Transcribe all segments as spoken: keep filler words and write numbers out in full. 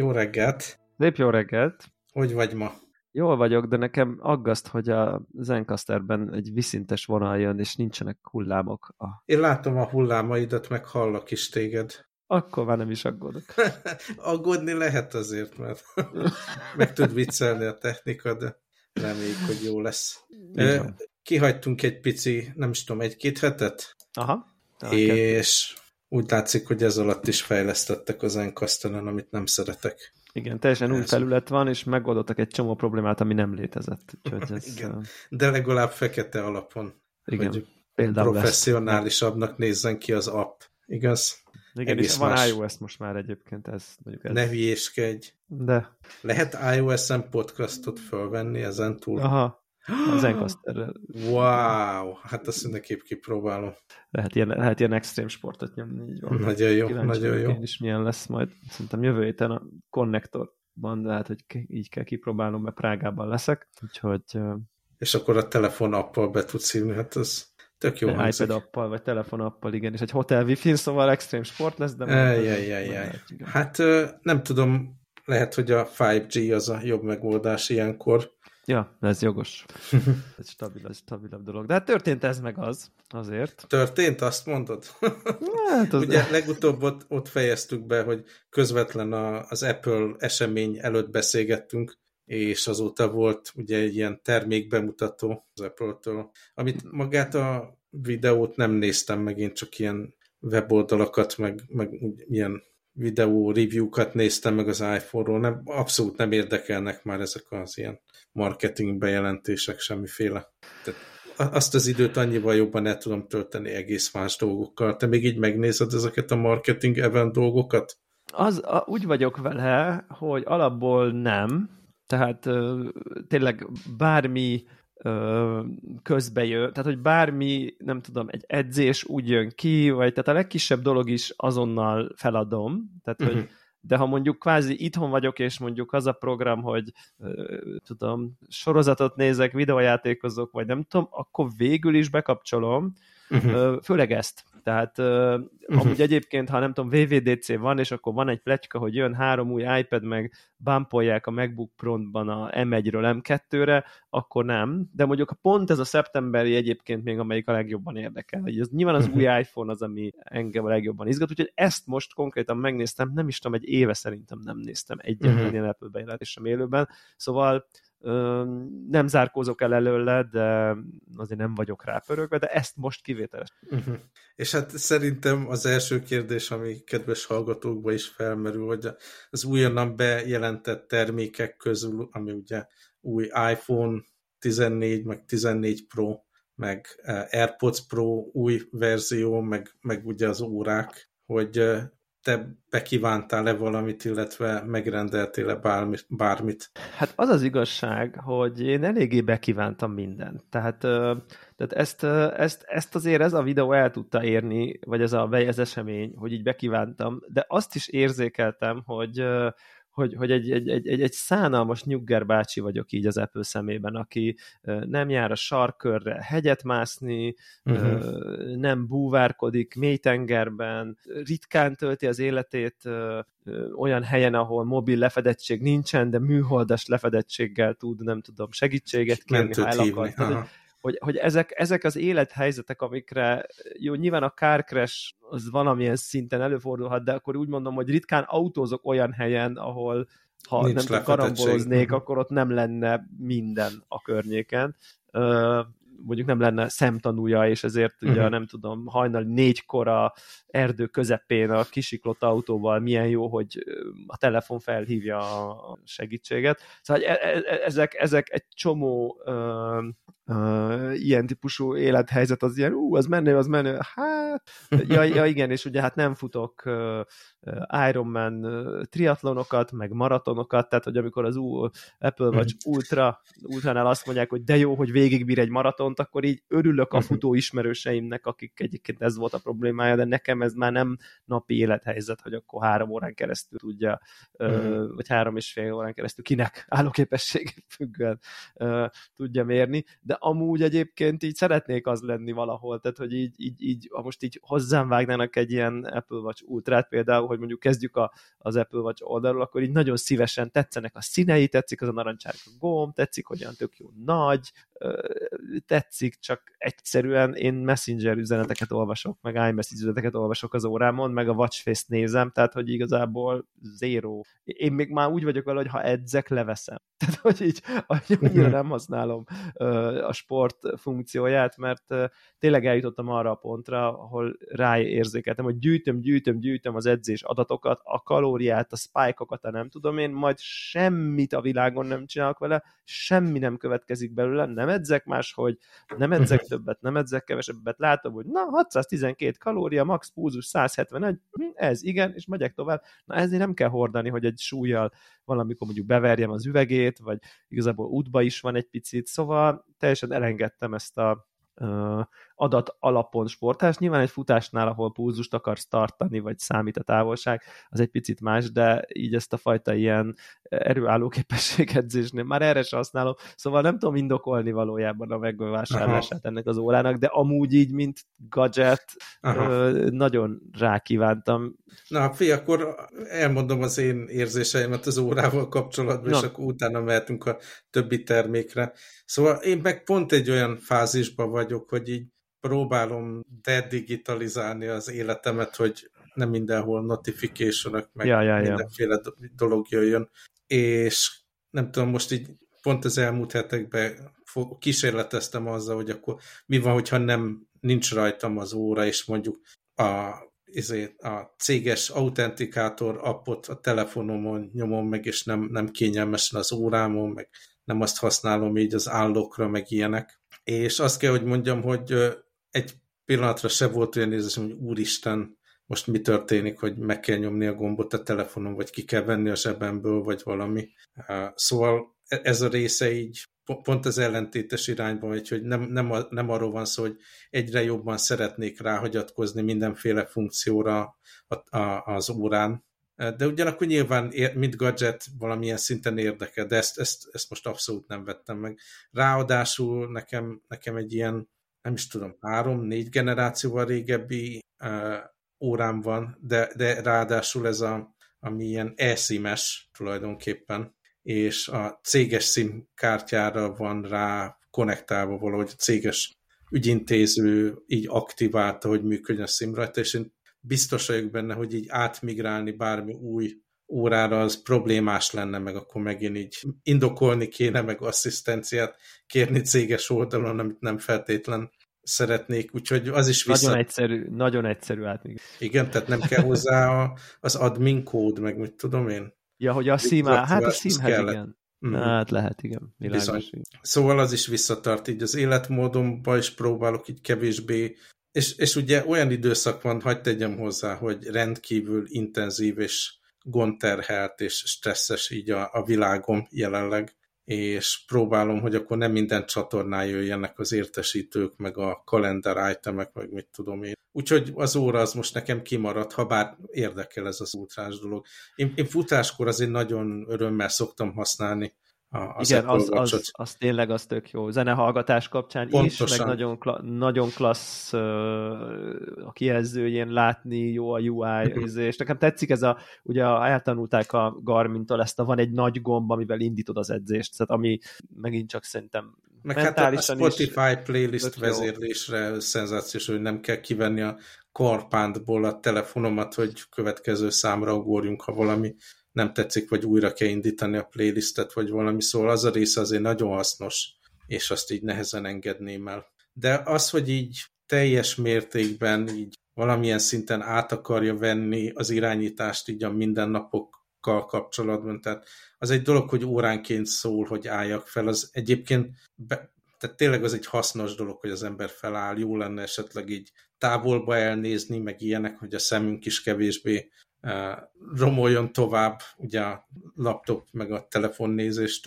Jó reggelt! Szép jó reggelt! Hogy vagy ma? Jól vagyok, de nekem aggaszt, hogy a Zencastr-ben egy viszintes vonal jön, és nincsenek hullámok. A... Én látom a hullámaidat, meg hallak is téged. Akkor már nem is aggódok. Aggódni lehet azért, mert meg tud viccelni a technika, de reméljük, hogy jó lesz. Igen. Kihagytunk egy pici, nem is tudom, egy-két hetet, Aha. és úgy látszik, hogy ez alatt is fejlesztettek a Zencastr-en, amit nem szeretek. Igen, teljesen új felület van, és megoldottak egy csomó problémát, ami nem létezett. Ez, igen, uh... de legalább fekete alapon. Igen, hogy például professzionálisabbnak nézzen ki az app. Igaz? Igen, Egész és van más. iOS most már egyébként. Ez, mondjuk ez... Ne hülyéskedj. De. Lehet iOS-en podcastot fölvenni ezen túl? Aha. A Zencastr-rel. Wow! Hát azt mindenképp kipróbálom. Lehet ilyen, lehet ilyen extrém sportot nyomni. Így van. Nagyon jó, Kíváncsi nagyon jó. Én is milyen lesz majd. Szerintem jövő héten a konnektorban lehet, hogy így kell kipróbálnom, mert Prágában leszek. Úgyhogy... És akkor a telefon appal be tudsz írni, hát ez tök jó hangzik. iPad appal, vagy telefon appal, igen, és egy hotel wifi-n, szóval extrém sport lesz, de... Ejjjjjjjjj. Hát nem tudom, lehet, hogy a öt G az a jobb megoldás ilyenkor. Ja, ez jogos. Ez stabil, ez stabilabb dolog. De hát történt ez meg az, azért. Történt, azt mondod? Hát az... Ugye legutóbb ott, ott fejeztük be, hogy közvetlen a, az Apple esemény előtt beszélgettünk, és azóta volt ugye egy ilyen termékbemutató az Apple-től, amit magát a videót nem néztem meg, én csak ilyen weboldalakat, meg, meg ilyen videó review-kat néztem meg az iPhone-ról, nem, abszolút nem érdekelnek már ezek az ilyen marketing bejelentések semmiféle. Tehát azt az időt annyival jobban el tudom tölteni egész más dolgokkal. Te még így megnézed ezeket a marketing event dolgokat? Az, a, úgy vagyok vele, hogy alapból nem, tehát ö, tényleg bármi ö, közbe jön, tehát hogy bármi, nem tudom, egy edzés úgy jön ki, vagy tehát a legkisebb dolog is azonnal feladom, tehát uh-huh. hogy de ha mondjuk kvázi itthon vagyok, és mondjuk az a program, hogy ö, tudom, sorozatot nézek, videójátékozok, vagy nem tudom, akkor végül is bekapcsolom, uh-huh. ö, főleg ezt. Tehát ö, uh-huh. amúgy egyébként, ha nem tudom, vé vé dé cé van, és akkor van egy pletyka, hogy jön három új iPad, meg bumpolják a MacBook Pro-ban a em egyről em kettőre, akkor nem. De mondjuk pont ez a szeptemberi egyébként még, amelyik a legjobban érdekel. Ez, nyilván az uh-huh. új iPhone az, ami engem a legjobban izgat, úgyhogy ezt most konkrétan megnéztem, nem is tudom, egy éve szerintem nem néztem egyetlen uh-huh. ilyen Apple bejelentésem élőben. Szóval nem zárkózok el előle, de azért nem vagyok rápörögve, de ezt most kivételes. Uh-huh. És hát szerintem az első kérdés, ami kedves hallgatókban is felmerül, hogy az újonnan bejelentett termékek közül, ami ugye új iPhone tizennégy, meg tizennégy Pro, meg AirPods Pro új verzió, meg, meg ugye az órák, hogy te bekívántál-e valamit, illetve megrendeltél-e bármit, bármit? Hát az az igazság, hogy én eléggé bekívántam mindent. Tehát, tehát ezt, ezt, ezt azért ez a videó el tudta érni, vagy ez a ez esemény, hogy így bekívántam, de azt is érzékeltem, hogy hogy, hogy egy, egy, egy, egy szánalmas nyugger bácsi vagyok így az Apple szemében, aki nem jár a sarkkörre hegyet mászni, uh-huh. nem búvárkodik mélytengerben, ritkán tölti az életét olyan helyen, ahol mobil lefedettség nincsen, de műholdas lefedettséggel tud, nem tudom, segítséget kérni, ha el akar. Tehát, hogy, hogy ezek, ezek az élethelyzetek, amikre, jó, nyilván a car crash az valamilyen szinten előfordulhat, de akkor úgy mondom, hogy ritkán autózok olyan helyen, ahol ha nincs nem tudom, karamboloznék, akkor ott nem lenne minden a környéken. Mondjuk nem lenne szemtanúja, és ezért ugye uh-huh. nem tudom, hajnali négykor a erdő közepén a kisiklott autóval milyen jó, hogy a telefon felhívja a segítséget. Szóval ezek, ezek egy csomó uh, uh, ilyen típusú élethelyzet az ilyen, ú, az menő, az menő, hát, ja, ja igen, és ugye hát nem futok uh, Ironman uh, triatlonokat, meg maratonokat, tehát hogy amikor az uh, Apple Watch Ultra, Ultranál azt mondják, hogy de jó, hogy végigbír egy maraton, pont akkor így örülök a uh-huh. futó ismerőseimnek, akik egyébként ez volt a problémája, de nekem ez már nem napi élethelyzet, hogy akkor három órán keresztül tudja, uh-huh. vagy három és fél órán keresztül kinek állóképesség függően tudja mérni, de amúgy egyébként így szeretnék az lenni valahol, tehát hogy így, így, így ha most így hozzám vágnának egy ilyen Apple Watch Ultrát például, hogy mondjuk kezdjük a, az Apple Watch oldalról, akkor így nagyon szívesen tetszenek a színei, tetszik az a narancsárga gomb, tetszik, hogy olyan tök jó nagy, tetszik, csak egyszerűen én Messenger üzeneteket olvasok, meg iMessage üzeneteket olvasok az órámon, meg a Watch Face-t nézem, tehát hogy igazából zero. Én még már úgy vagyok vele, hogy ha edzek, leveszem. Tehát, hogy így annyira nem használom a sport funkcióját, mert tényleg eljutottam arra a pontra, ahol ráérzékeltem, hogy gyűjtöm, gyűjtöm, gyűjtöm az edzés adatokat, a kalóriát, a spike-okat, a nem tudom én, majd semmit a világon nem csinálok vele, semmi nem következik belőle, nem edzek máshogy, nem edzek többet, nem edzek kevesebbet, látom, hogy na, hatszáztizenkét kalória, max pulzus száz hetvenegy, ez igen, és megyek tovább. Na ezért nem kell hordani, hogy egy súlyjal valamikor mondjuk beverjem az üvegét, vagy igazából útba is van egy picit, szóval teljesen elengedtem ezt a uh, adat alapon sportás. Nyilván egy futásnál, ahol pulzust akarsz tartani, vagy számít a távolság, az egy picit más, de így ezt a fajta ilyen erőálló képességedzésnél már erre sem használom, szóval nem tudom indokolni valójában a megvásárlását ennek az órának, de amúgy így, mint gadget, Aha. nagyon rákívántam. Na, fi, akkor elmondom az én érzéseimet az órával kapcsolatban, Na. és akkor utána mehetünk a többi termékre. Szóval én meg pont egy olyan fázisban vagyok, hogy így próbálom dedigitalizálni az életemet, hogy nem mindenhol notification-ök, meg ja, ja, mindenféle ja. dolog jöjjön. És nem tudom, most így pont az elmúlt hetekben kísérleteztem azzal, hogy akkor mi van, hogyha nem nincs rajtam az óra, és mondjuk a, a céges autentikátor appot a telefonomon nyomom meg, és nem, nem kényelmesen az órámon, meg nem azt használom így az állokra, meg ilyenek. És azt kell, hogy mondjam, hogy egy pillanatra se volt olyan érzésem, hogy úristen, most mi történik, hogy meg kell nyomni a gombot a telefonon, vagy ki kell venni a zsebemből, vagy valami. Szóval ez a része így pont az ellentétes irányban megy, hogy nem, nem, nem arról van szó, hogy egyre jobban szeretnék ráhagyatkozni mindenféle funkcióra az órán, de ugyanakkor nyilván, mint gadget valamilyen szinten érdekel, de ezt, ezt, ezt most abszolút nem vettem meg. Ráadásul nekem, nekem egy ilyen, nem is tudom, három-négy generációval régebbi uh, órám van, de, de ráadásul ez a, ami ilyen e-SIM-es tulajdonképpen, és a céges SIM kártyára van rá konnektálva valahogy a céges ügyintéző így aktiválta, hogy működjön a SIM rajta, és én biztos vagyok benne, hogy így átmigrálni bármi új órára az problémás lenne, meg akkor megint így indokolni kéne, meg asszisztenciát kérni céges oldalon, amit nem feltétlen szeretnék, úgyhogy az is vissza... Nagyon egyszerű, nagyon egyszerű átmigrálni. Igen, tehát nem kell hozzá a, az admin kód, meg mit tudom én. Ja, hogy a SIM, hát a SIM-hez igen. Mm. Hát lehet, igen. Világos. Szóval az is visszatart így az életmódomba, és próbálok így kevésbé, és, és ugye olyan időszak van, hagyd tegyem hozzá, hogy rendkívül intenzív és gondterhelt és stresszes így a, a világom jelenleg, és próbálom, hogy akkor nem minden csatornán jöjjenek az értesítők, meg a kalendár itemek, meg mit tudom én. Úgyhogy az óra az most nekem kimaradt, ha bár érdekel ez az ultrás dolog. Én, én futáskor azért nagyon örömmel szoktam használni az Igen, az, az, az tényleg az tök jó. Zenehallgatás kapcsán Pontosan. is, meg nagyon, kla- nagyon klassz uh, a kijelzőjén látni, jó a u i, és nekem tetszik ez a, ugye eltanulták a Garmin-tól ezt a van egy nagy gomb, amivel indítod az edzést, tehát ami megint csak szerintem meg mentálisan hát a Spotify playlist vezérlésre szenzációs, hogy nem kell kivenni a karpántból a telefonomat, hogy következő számra ugorjunk, ha valami nem tetszik, vagy újra kell indítani a playlistet, vagy valami, szóval az a része azért nagyon hasznos, és azt így nehezen engedném el. De az, hogy így teljes mértékben így valamilyen szinten át akarja venni az irányítást így a mindennapokkal kapcsolatban, tehát az egy dolog, hogy óránként szól, hogy álljak fel, az egyébként, be, tehát tényleg az egy hasznos dolog, hogy az ember feláll, jó lenne esetleg így távolba elnézni, meg ilyenek, hogy a szemünk is kevésbé Uh, romoljon tovább ugye a laptop meg a telefonnézéstől,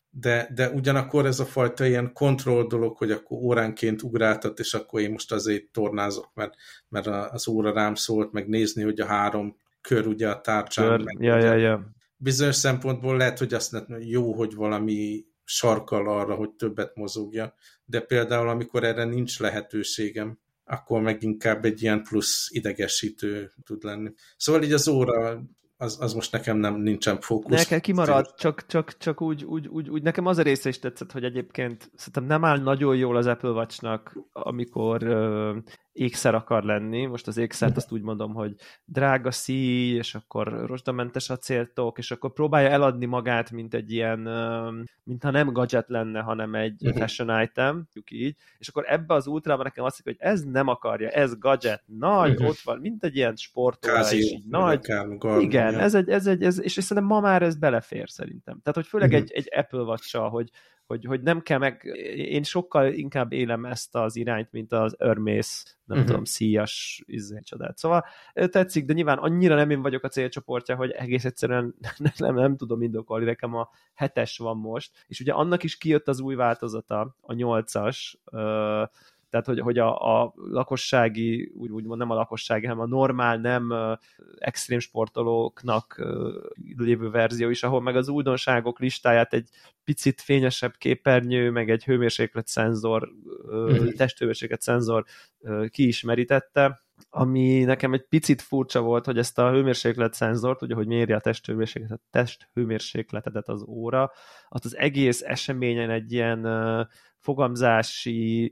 de, de ugyanakkor ez a fajta ilyen kontroll dolog, hogy akkor óránként ugráltat, és akkor én most azért tornázok, mert, mert az óra rám szólt, meg nézni, hogy a három kör ugye a tárcsán. Kör, meg ja, ugye, ja, ja. bizonyos szempontból lehet, hogy azt nem jó, hogy valami sarkal arra, hogy többet mozogja, de például amikor erre nincs lehetőségem, akkor meg inkább egy ilyen plusz idegesítő tud lenni. Szóval így az óra, az, az most nekem nem nincsen fókusz. Nekem kimarad, csak, csak, csak úgy, úgy, úgy, úgy, nekem az a része is tetszett, hogy egyébként szerintem nem áll nagyon jól az Apple Watch-nak, amikor uh, ékszer akar lenni. Most az ékszert azt úgy mondom, hogy drága szíj, és akkor rozsdamentes acéltok, és akkor próbálja eladni magát, mint egy ilyen, uh, mintha nem gadget lenne, hanem egy uh-huh. fashion item, így. És akkor ebbe az ultrában nekem azt mondja, hogy ez nem akarja, ez gadget, nagy, uh-huh. ott van, mint egy ilyen sportolás, és így nagy. Igen, ez egy, ez egy, ez, és szerintem ma már ez belefér szerintem. Tehát, hogy főleg uh-huh. egy, egy Apple Watch-sal, hogy, hogy, hogy nem kell meg, én sokkal inkább élem ezt az irányt, mint az Hermès, nem uh-huh. tudom, szíjas izé, csodát. Szóval tetszik, de nyilván annyira nem én vagyok a célcsoportja, hogy egész egyszerűen nem, nem, nem tudom indokolni, nekem a hetes van most, és ugye annak is kijött az új változata, a nyolcas, tehát, hogy, hogy a, a lakossági, úgy, úgymond nem a lakossági, hanem a normál, nem uh, extrém sportolóknak uh, lévő verzió is, ahol meg az újdonságok listáját egy picit fényesebb képernyő, meg egy hőmérséklet szenzor, uh, testhőmérséklet szenzor uh, kiismerítette, ami nekem egy picit furcsa volt, hogy ezt a hőmérséklet szenzort, ugye, hogy méri a testhőmérsékletet, testhőmérsékletedet az óra, azt az egész eseményen egy ilyen uh, fogamzási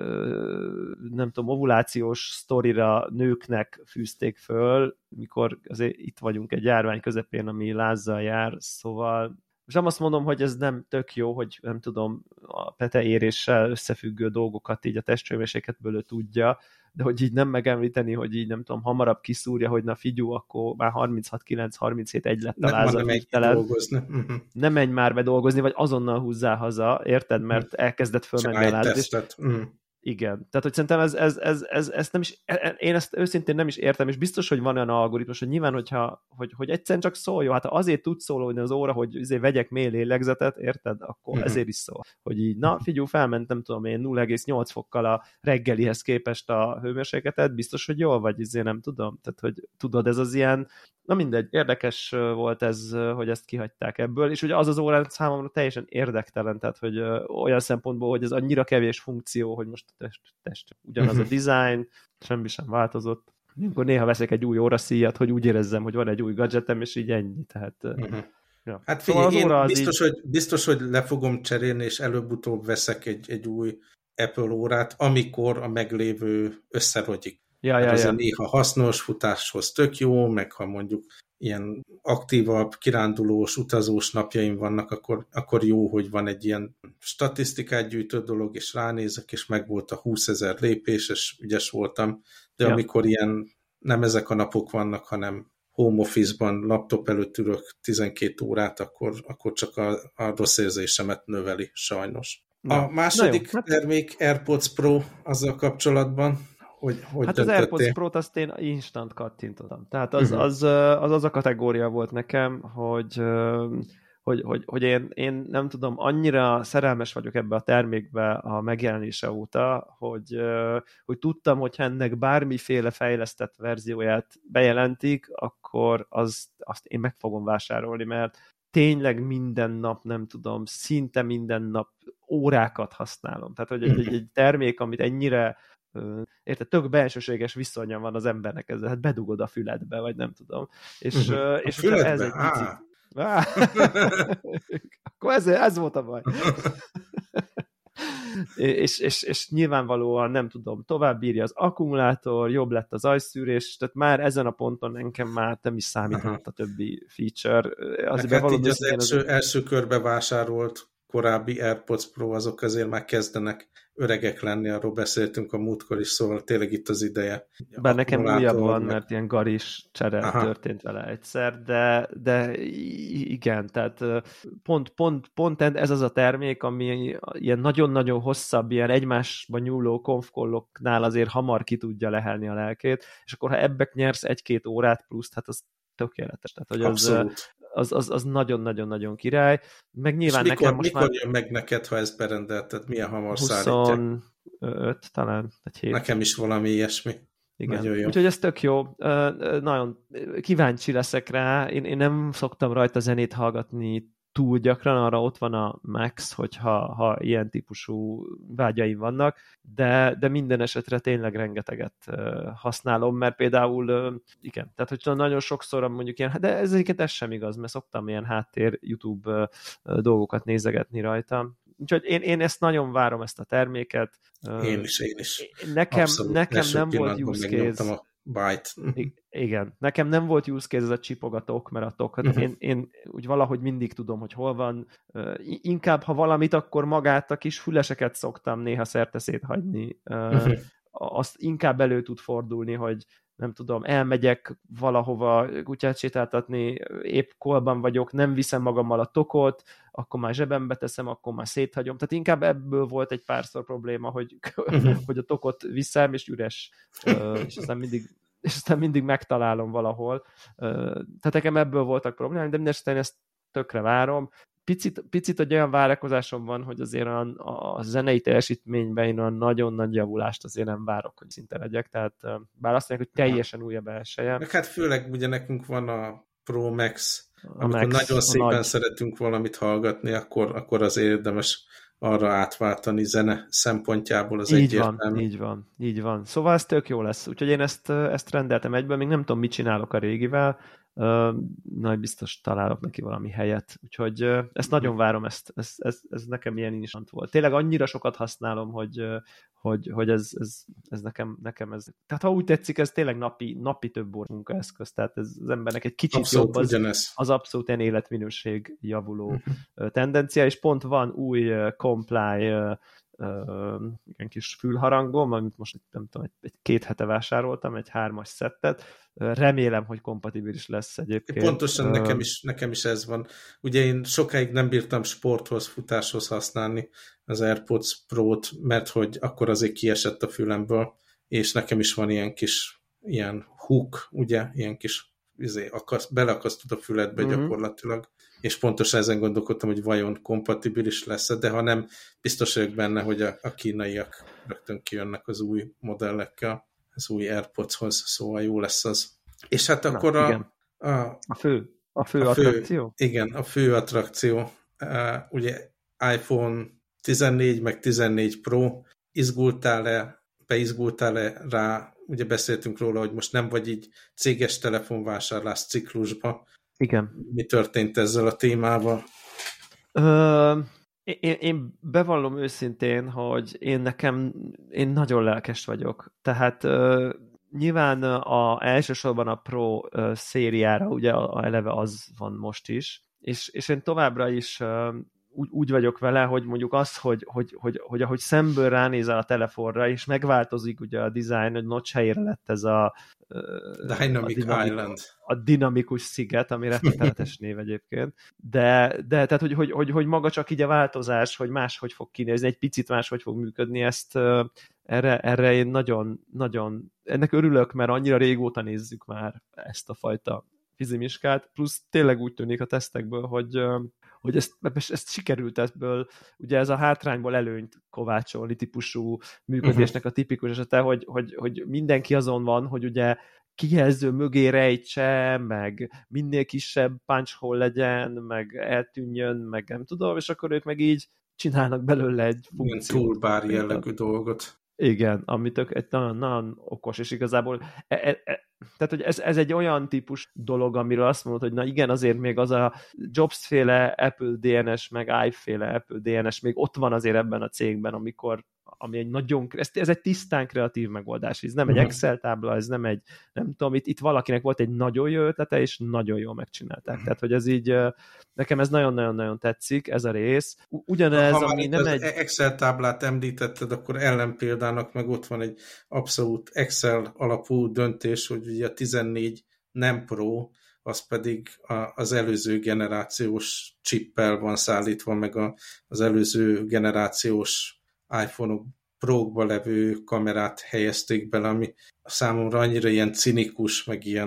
nem tudom, ovulációs sztorira nőknek fűzték föl, mikor azért itt vagyunk egy járvány közepén, ami lázzal jár, szóval most nem azt mondom, hogy ez nem tök jó, hogy nem tudom, a peteéréssel összefüggő dolgokat így a testhőmérsékletből tudja, de hogy így nem megemlíteni, hogy így nem tudom, hamarabb kiszúrja, hogy na figyú, akkor már harminchat kilenc harminchét egy lett a lázat. Nem, nem menj már be dolgozni, vagy azonnal húzzál haza, érted? Mert elkezdett fölmenni a lázat. Igen. Tehát, hogy szerintem ez, ez, ez, ez, ez nem is, én ezt őszintén nem is értem, és biztos, hogy van olyan algoritmus, hogy nyilván, hogyha, hogy, hogy egyszerűen csak szóljon, hát ha azért tud szólni az óra, hogy azért vegyek mély lélegzetet, érted? Akkor uh-huh. ezért is szól. Hogy így, na figyú, felmentem, tudom én, nulla egész nyolc fokkal a reggelihez képest a hőmérsékletet, biztos, hogy jól vagy, azért nem tudom. Tehát, hogy tudod, ez az ilyen, na mindegy, érdekes volt ez, hogy ezt kihagyták ebből, és ugye az az óra számomra teljesen érdektelen, tehát, hogy olyan szempontból, hogy ez annyira kevés funkció, hogy most test, test ugyanaz a design, semmi sem változott. Akkor néha veszek egy új óraszíjat, hogy úgy érezzem, hogy van egy új gadgetem, és így ennyi, tehát... Uh-huh. Ja. Hát figyelj, szóval én biztos, így... hogy, biztos, hogy le fogom cserélni, és előbb-utóbb veszek egy, egy új Apple órát, amikor a meglévő összerogyik. Ja, ja, ja. ja. Néha hasznos futáshoz tök jó, meg ha mondjuk ilyen aktívabb, kirándulós, utazós napjaim vannak, akkor, akkor jó, hogy van egy ilyen statisztikát gyűjtő dolog, és ránézek, és meg volt a húszezer lépés, és ügyes voltam. De ja. amikor ilyen nem ezek a napok vannak, hanem home office-ban laptop előtt ülök tizenkét órát, akkor, akkor csak a, a rossz érzésemet növeli, sajnos. Na. A második jó, hát... termék AirPods Pro azzal kapcsolatban, Hogy, hogy hát döntöttél? Az AirPods Pro-t azt én instant kattintottam. Tehát az, uh-huh. az, az, az a kategória volt nekem, hogy, hogy, hogy, hogy én, én nem tudom, annyira szerelmes vagyok ebbe a termékbe a megjelenése óta, hogy, hogy tudtam, hogy ennek bármiféle fejlesztett verzióját bejelentik, akkor az, azt én meg fogom vásárolni, mert tényleg minden nap, nem tudom, szinte minden nap órákat használom. Tehát, hogy egy, egy, egy termék, amit ennyire érted, tök belsőséges viszonya van az embernek ezzel, hát bedugod a füledbe, vagy nem tudom. És, uh-huh. és füledbe? ez egy picit... Ah. Akkor ez, ez volt a baj. és, és, és nyilvánvalóan nem tudom, tovább bírja az akkumulátor, jobb lett az ajszűrés, tehát már ezen a ponton nekem már nem is számított a többi feature. Az, hát így az első, az... első körbe vásárolt korábbi AirPods Pro, azok azért már kezdenek öregek lenni, arról beszéltünk a múltkor is, szóval tényleg itt az ideje. Bár nekem újabb van, meg... mert ilyen garis csere Aha. történt vele egyszer, de, de igen, tehát pont, pont, pont ez az a termék, ami ilyen nagyon-nagyon hosszabb, ilyen egymásba nyúló konfkolloknál azért hamar ki tudja lehelni a lelkét, és akkor ha ebbek nyersz egy-két órát pluszt, hát az tökéletes. Tehát, hogy az, az, az, az nagyon-nagyon-nagyon király. Meg nyilván és mikor, nekem most mikor már jön meg neked, ha ezt berendelted? Milyen hamar szállítják? huszonöt talán, egy hét. Nekem is valami ilyesmi. Igen. Nagyon jó. Úgyhogy ez tök jó. Nagyon kíváncsi leszek rá. Én, én nem szoktam rajta zenét hallgatni túl gyakran, arra ott van a Max, hogyha ha ilyen típusú vágyaim vannak, de, de minden esetre tényleg rengeteget használom, mert például, igen, tehát hogyha nagyon sokszor mondjuk ilyen, de ez egyébként ez sem igaz, mert szoktam ilyen háttér YouTube dolgokat nézegetni rajta. Úgyhogy én, én ezt nagyon várom, ezt a terméket. Én is, én is. Nekem, Abszolút, nekem nem volt use case. A byte. I- igen, nekem nem volt use case ez a csipogatók, mert a tok, uh-huh. én, én úgy valahogy mindig tudom, hogy hol van. Uh, inkább, ha valamit, akkor magát a kis füleseket szoktam néha szerteszét hagyni. Uh, uh-huh. Azt inkább elő tud fordulni, hogy nem tudom, elmegyek valahova kutyát sétáltatni, épp kolban vagyok, nem viszem magammal a tokot, akkor már zsebembe teszem, akkor már széthagyom. Tehát inkább ebből volt egy párszor probléma, hogy, uh-huh. hogy a tokot viszem, és üres. Uh, és aztán mindig és aztán mindig megtalálom valahol. Tehát nekem ebből voltak problémák, de mindenesetre ezt tökre várom. Picit, picit egy olyan várakozásom van, hogy azért a, a zenei teljesítményben én a nagyon nagy javulást azért nem várok, hogy szinte legyek, tehát bár azt mondják, hogy teljesen új a belseje. Meg hát főleg ugye nekünk van a Pro Max, a amikor Max, nagyon szépen nagy... szeretünk valamit hallgatni, akkor, akkor az érdemes arra átváltani zene szempontjából, az így egyértelmű. Van, így van, így van. Szóval ez tök jó lesz. Úgyhogy én ezt, ezt rendeltem egyből, még nem tudom, mit csinálok a régivel, uh, nagy biztos találok neki valami helyet. Úgyhogy uh, ezt nagyon várom, ezt, ez, ez, ez nekem ilyen instant volt. Tényleg annyira sokat használom, hogy, uh, hogy, hogy ez, ez, ez nekem, nekem ez... Tehát ha úgy tetszik, ez tényleg napi, napi több óra munkaeszköz, tehát ez az embernek egy kicsit abszolút jobb, az, ugyanez. az abszolút ilyen életminőség javuló uh-huh. tendencia, és pont van új uh, Comply uh, Uh, ilyen kis fülharangom, amit most nem tudom, egy, egy két hete vásároltam, egy hármas szettet. Uh, remélem, hogy kompatibilis lesz egyébként. Pontosan uh, nekem, is, nekem is ez van. Ugye én sokáig nem bírtam sporthoz, futáshoz használni az AirPods Pro-t, mert hogy akkor azért kiesett a fülemből, és nekem is van ilyen kis ilyen hook, ugye, ilyen kis izé, akaszt, beleakasztod a füledbe uh-huh. gyakorlatilag, és pontosan ezen gondolkodtam, hogy vajon kompatibilis lesz, de ha nem, biztos vagyok benne, hogy a, a kínaiak rögtön kijönnek az új modellekkel, az új AirPodshoz, szóval jó lesz az. És hát akkor Na, a, a, a fő, a fő a attrakció? Fő, igen, a fő attrakció. Uh, ugye iPhone tizennégy, meg tizennégy Pro, izgultál-e, beizgultál-e rá, ugye beszéltünk róla, hogy most nem vagy így céges telefonvásárlás ciklusba. Igen. Mi történt ezzel a témával? Ö, én, én bevallom őszintén, hogy én nekem, én nagyon lelkes vagyok. Tehát ö, nyilván a, elsősorban a Pro ö, szériára, ugye a, a eleve az van most is, és, és én továbbra is ö, úgy, úgy vagyok vele, hogy mondjuk az, hogy, hogy, hogy, hogy ahogy szemből ránézel a telefonra, és megváltozik ugye a design, hogy notch helyére lett ez a Dynamic a dinamik, Island. A dinamikus sziget, ami rettenetes név egyébként. De, de tehát, hogy, hogy, hogy, hogy maga csak így a változás, hogy máshogy fog kinézni, egy picit máshogy fog működni, ezt erre, erre én nagyon, nagyon ennek örülök, mert annyira régóta nézzük már ezt a fajta fizimiskát, plusz tényleg úgy tűnik a tesztekből, hogy, hogy ezt, ezt sikerült ebből, ugye ez a hátrányból előnyt kovácsolni típusú működésnek a tipikus esete, hogy, hogy, hogy mindenki azon van, hogy ugye kijelző mögé rejtse, meg minél kisebb punch hole legyen, meg eltűnjön, meg nem tudom, és akkor ők meg így csinálnak belőle egy funkciót. Toolbar jellegű dolgot. Igen, ami tök egy nagyon, nagyon okos, és igazából e, e, e, tehát, hogy ez, ez egy olyan típus dolog, amiről azt mondod, hogy na igen, azért még az a Jobs-féle Apple dé en es, meg i-féle Apple dé en es még ott van azért ebben a cégben, amikor ami egy nagyon, ez, ez egy tisztán kreatív megoldás, ez nem egy Excel tábla, ez nem egy, nem tudom, itt, itt valakinek volt egy nagyon jó ötlete, és nagyon jól megcsinálták. Tehát, hogy ez így, nekem ez nagyon-nagyon-nagyon tetszik, ez a rész. Ugyanez, ha ami nem egy... Excel táblát említetted, akkor ellenpéldának meg ott van egy abszolút Excel alapú döntés, hogy ugye a tizennégy nem Pro, az pedig a, az előző generációs chippel van szállítva, meg a, az előző generációs iPhone-ok Pro-kba levő kamerát helyezték bele, ami számomra annyira ilyen cinikus, meg ilyen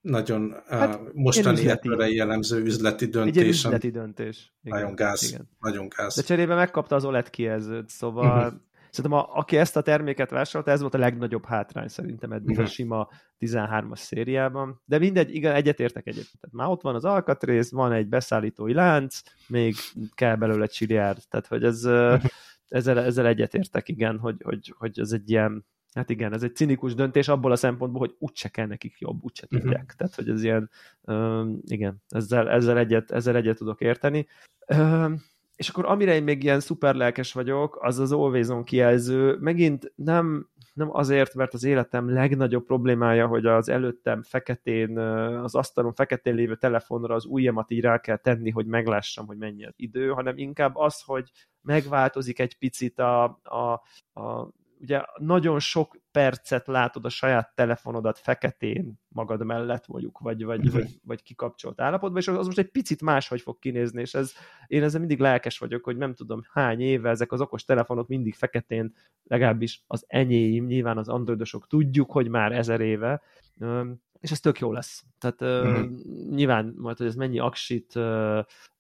nagyon hát, uh, mostani Apple-re jellemző üzleti döntés. Egy üzleti döntés. Igen, nagyon gáz. Igen. Nagyon gáz. De cserébe megkapta az o el e dé kijelzőt, szóval uh-huh. szerintem a, aki ezt a terméket vásárolta, ez volt a legnagyobb hátrány szerintem eddig uh-huh. a sima tizenhármas szériában. De mindegy, igen, egyetértek egyébként. Tehát már ott van az alkatrész, van egy beszállítói lánc, még kell belőle csiliárd. Tehát, hogy ez, uh-huh. ezzel, ezzel egyetértek, igen, hogy, hogy, hogy ez egy ilyen, hát igen, ez egy cinikus döntés abból a szempontból, hogy úgyse kell nekik jobb, úgyse uh-huh. tudják. Tehát, hogy ez ilyen, um, igen, ezzel, ezzel, egyet, ezzel egyet tudok érteni. Um, És akkor amire én még ilyen szuper lelkes vagyok, az az Always On kijelző. Megint nem, nem azért, mert az életem legnagyobb problémája, hogy az előttem feketén, az asztalon feketén lévő telefonra az ujjamat így rá kell tenni, hogy meglássam, hogy mennyi az idő, hanem inkább az, hogy megváltozik egy picit a, a, a ugye nagyon sok percet látod a saját telefonodat feketén magad mellett mondjuk, vagy, vagy, vagy, vagy kikapcsolt állapotban, és az most egy picit máshogy fog kinézni, és ez, én ezzel mindig lelkes vagyok, hogy nem tudom hány éve ezek az okos telefonok mindig feketén, legalábbis az enyém, nyilván az androidosok tudjuk, hogy már ezer éve, és ez tök jó lesz. Tehát mm. uh, nyilván majd, hogy ez mennyi aksit uh,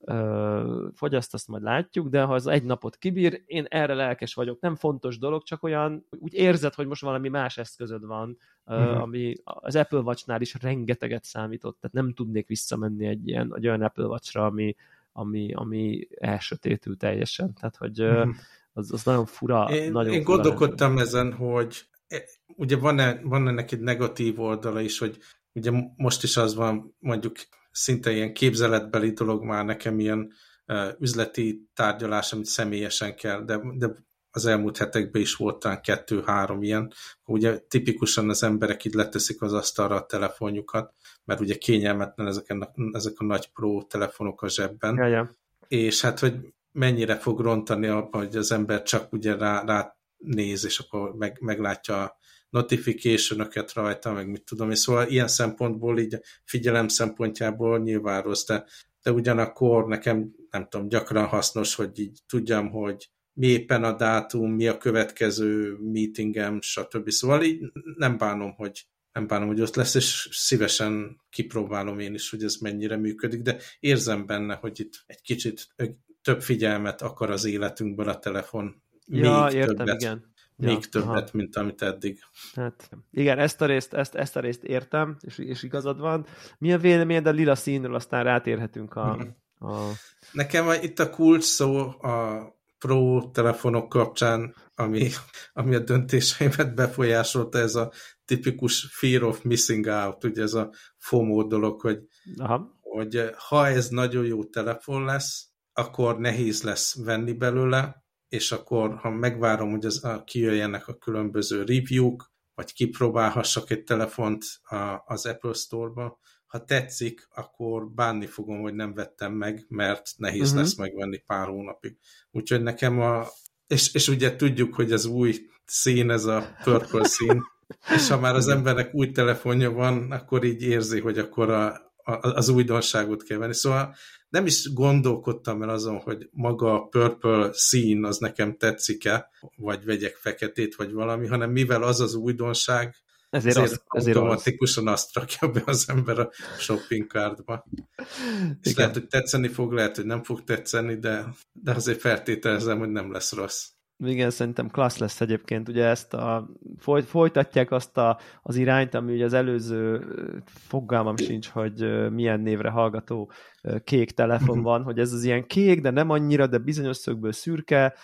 uh, fogyaszt, azt majd látjuk, de ha az egy napot kibír, én erre lelkes vagyok. Nem fontos dolog, csak olyan, úgy érzed, hogy most valami más eszközöd van, uh, mm. ami az Apple Watch-nál is rengeteget számított, tehát nem tudnék visszamenni egy ilyen, egy olyan Apple Watch-ra, ami, ami, ami elsötétül teljesen. Tehát, hogy uh, az, az nagyon fura. Én, nagyon én fura gondolkodtam lenne. ezen, hogy ugye van-e, van ennek egy negatív oldala is, hogy ugye most is az van, mondjuk szinte ilyen képzeletbeli dolog már nekem ilyen uh, üzleti tárgyalás, amit személyesen kell, de, de az elmúlt hetekben is volt talán kettő-három ilyen. Ugye tipikusan az emberek így leteszik az asztalra a telefonjukat, mert ugye kényelmetlen ezeken, ezek a nagy pro telefonok a zsebben. Ja, ja. És hát, hogy mennyire fog rontani abban, hogy az ember csak ugye rá, rá néz, és akkor meg, meglátja a notification-öket rajta, meg mit tudom, és szóval ilyen szempontból, így figyelem szempontjából nyilván rossz, de, de ugyanakkor nekem, nem tudom, gyakran hasznos, hogy így tudjam, hogy mi éppen a dátum, mi a következő meetingem, stb. Szóval így nem bánom, hogy nem bánom, hogy ott lesz, és szívesen kipróbálom én is, hogy ez mennyire működik, de érzem benne, hogy itt egy kicsit több figyelmet akar az életünkből a telefon. Ja, még értem, többet. igen. Még ja, többet, aha. mint amit eddig. Hát, igen, ezt a részt, ezt, ezt a részt értem, és, és igazad van. Mi a véleményed a lila színről, aztán rátérhetünk a... a... Nekem a, itt a kulcs szó a Pro telefonok kapcsán, ami, ami a döntéseimet befolyásolta, ez a tipikus fear of missing out, ugye ez a FOMO dolog, hogy, Aha. hogy ha ez nagyon jó telefon lesz, akkor nehéz lesz venni belőle, és akkor, ha megvárom, hogy az, a, kijöjjenek a különböző review-k, vagy kipróbálhassak egy telefont a, az Apple Store-ba, ha tetszik, akkor bánni fogom, hogy nem vettem meg, mert nehéz uh-huh. lesz megvenni pár hónapig. Úgyhogy nekem a... És, és ugye tudjuk, hogy az új szín, ez a purple szín, és ha már az embernek új telefonja van, akkor így érzi, hogy akkor a, a, az újdonságot kell venni. Szóval nem is gondolkodtam el azon, hogy maga a purple szín az nekem tetszik-e, vagy vegyek feketét, vagy valami, hanem mivel az az újdonság, ezért, ezért, az, ezért automatikusan az. azt rakja be az ember a shopping cardba. És igen. Lehet, hogy tetszeni fog, lehet, hogy nem fog tetszeni, de, de azért feltételezem, hogy nem lesz rossz. Igen, szerintem klassz lesz egyébként, ugye ezt a, foly, folytatják azt a, az irányt, ami ugye az előző fogalmam sincs, hogy milyen névre hallgató kék telefon van, hogy ez az ilyen kék, de nem annyira, de bizonyos szögből szürke,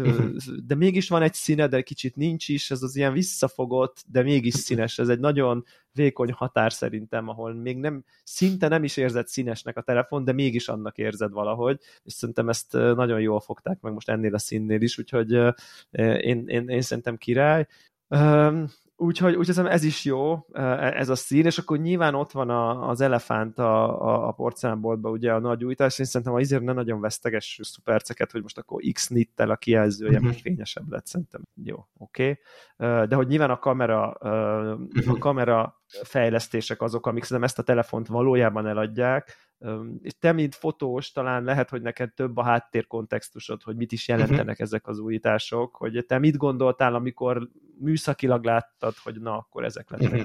de mégis van egy színe, de kicsit nincs is, ez az ilyen visszafogott, de mégis színes, ez egy nagyon vékony határ szerintem, ahol még nem, szinte nem is érzed színesnek a telefon, de mégis annak érzed valahogy, és szerintem ezt nagyon jól fogták meg most ennél a színnél is, úgyhogy én, én, én szerintem király. Úgyhogy úgy hiszem, ez is jó, ez a szín, és akkor nyilván ott van a, az elefánt a, a, a porcelánboltban, ugye a nagy újítás, én szerintem azért ne nagyon veszteges perceket, hogy most akkor X-nittel a kijelzője, uh-huh. mert fényesebb lett, szerintem jó, oké. Okay. De hogy nyilván a kamera, a kamera fejlesztések azok, amik szerintem ezt a telefont valójában eladják, és te, mint fotós, talán lehet, hogy neked több a háttérkontextusod, hogy mit is jelentenek uh-huh. ezek az újítások, hogy te mit gondoltál, amikor műszakilag láttad, hogy na, akkor ezek lettek uh-huh. a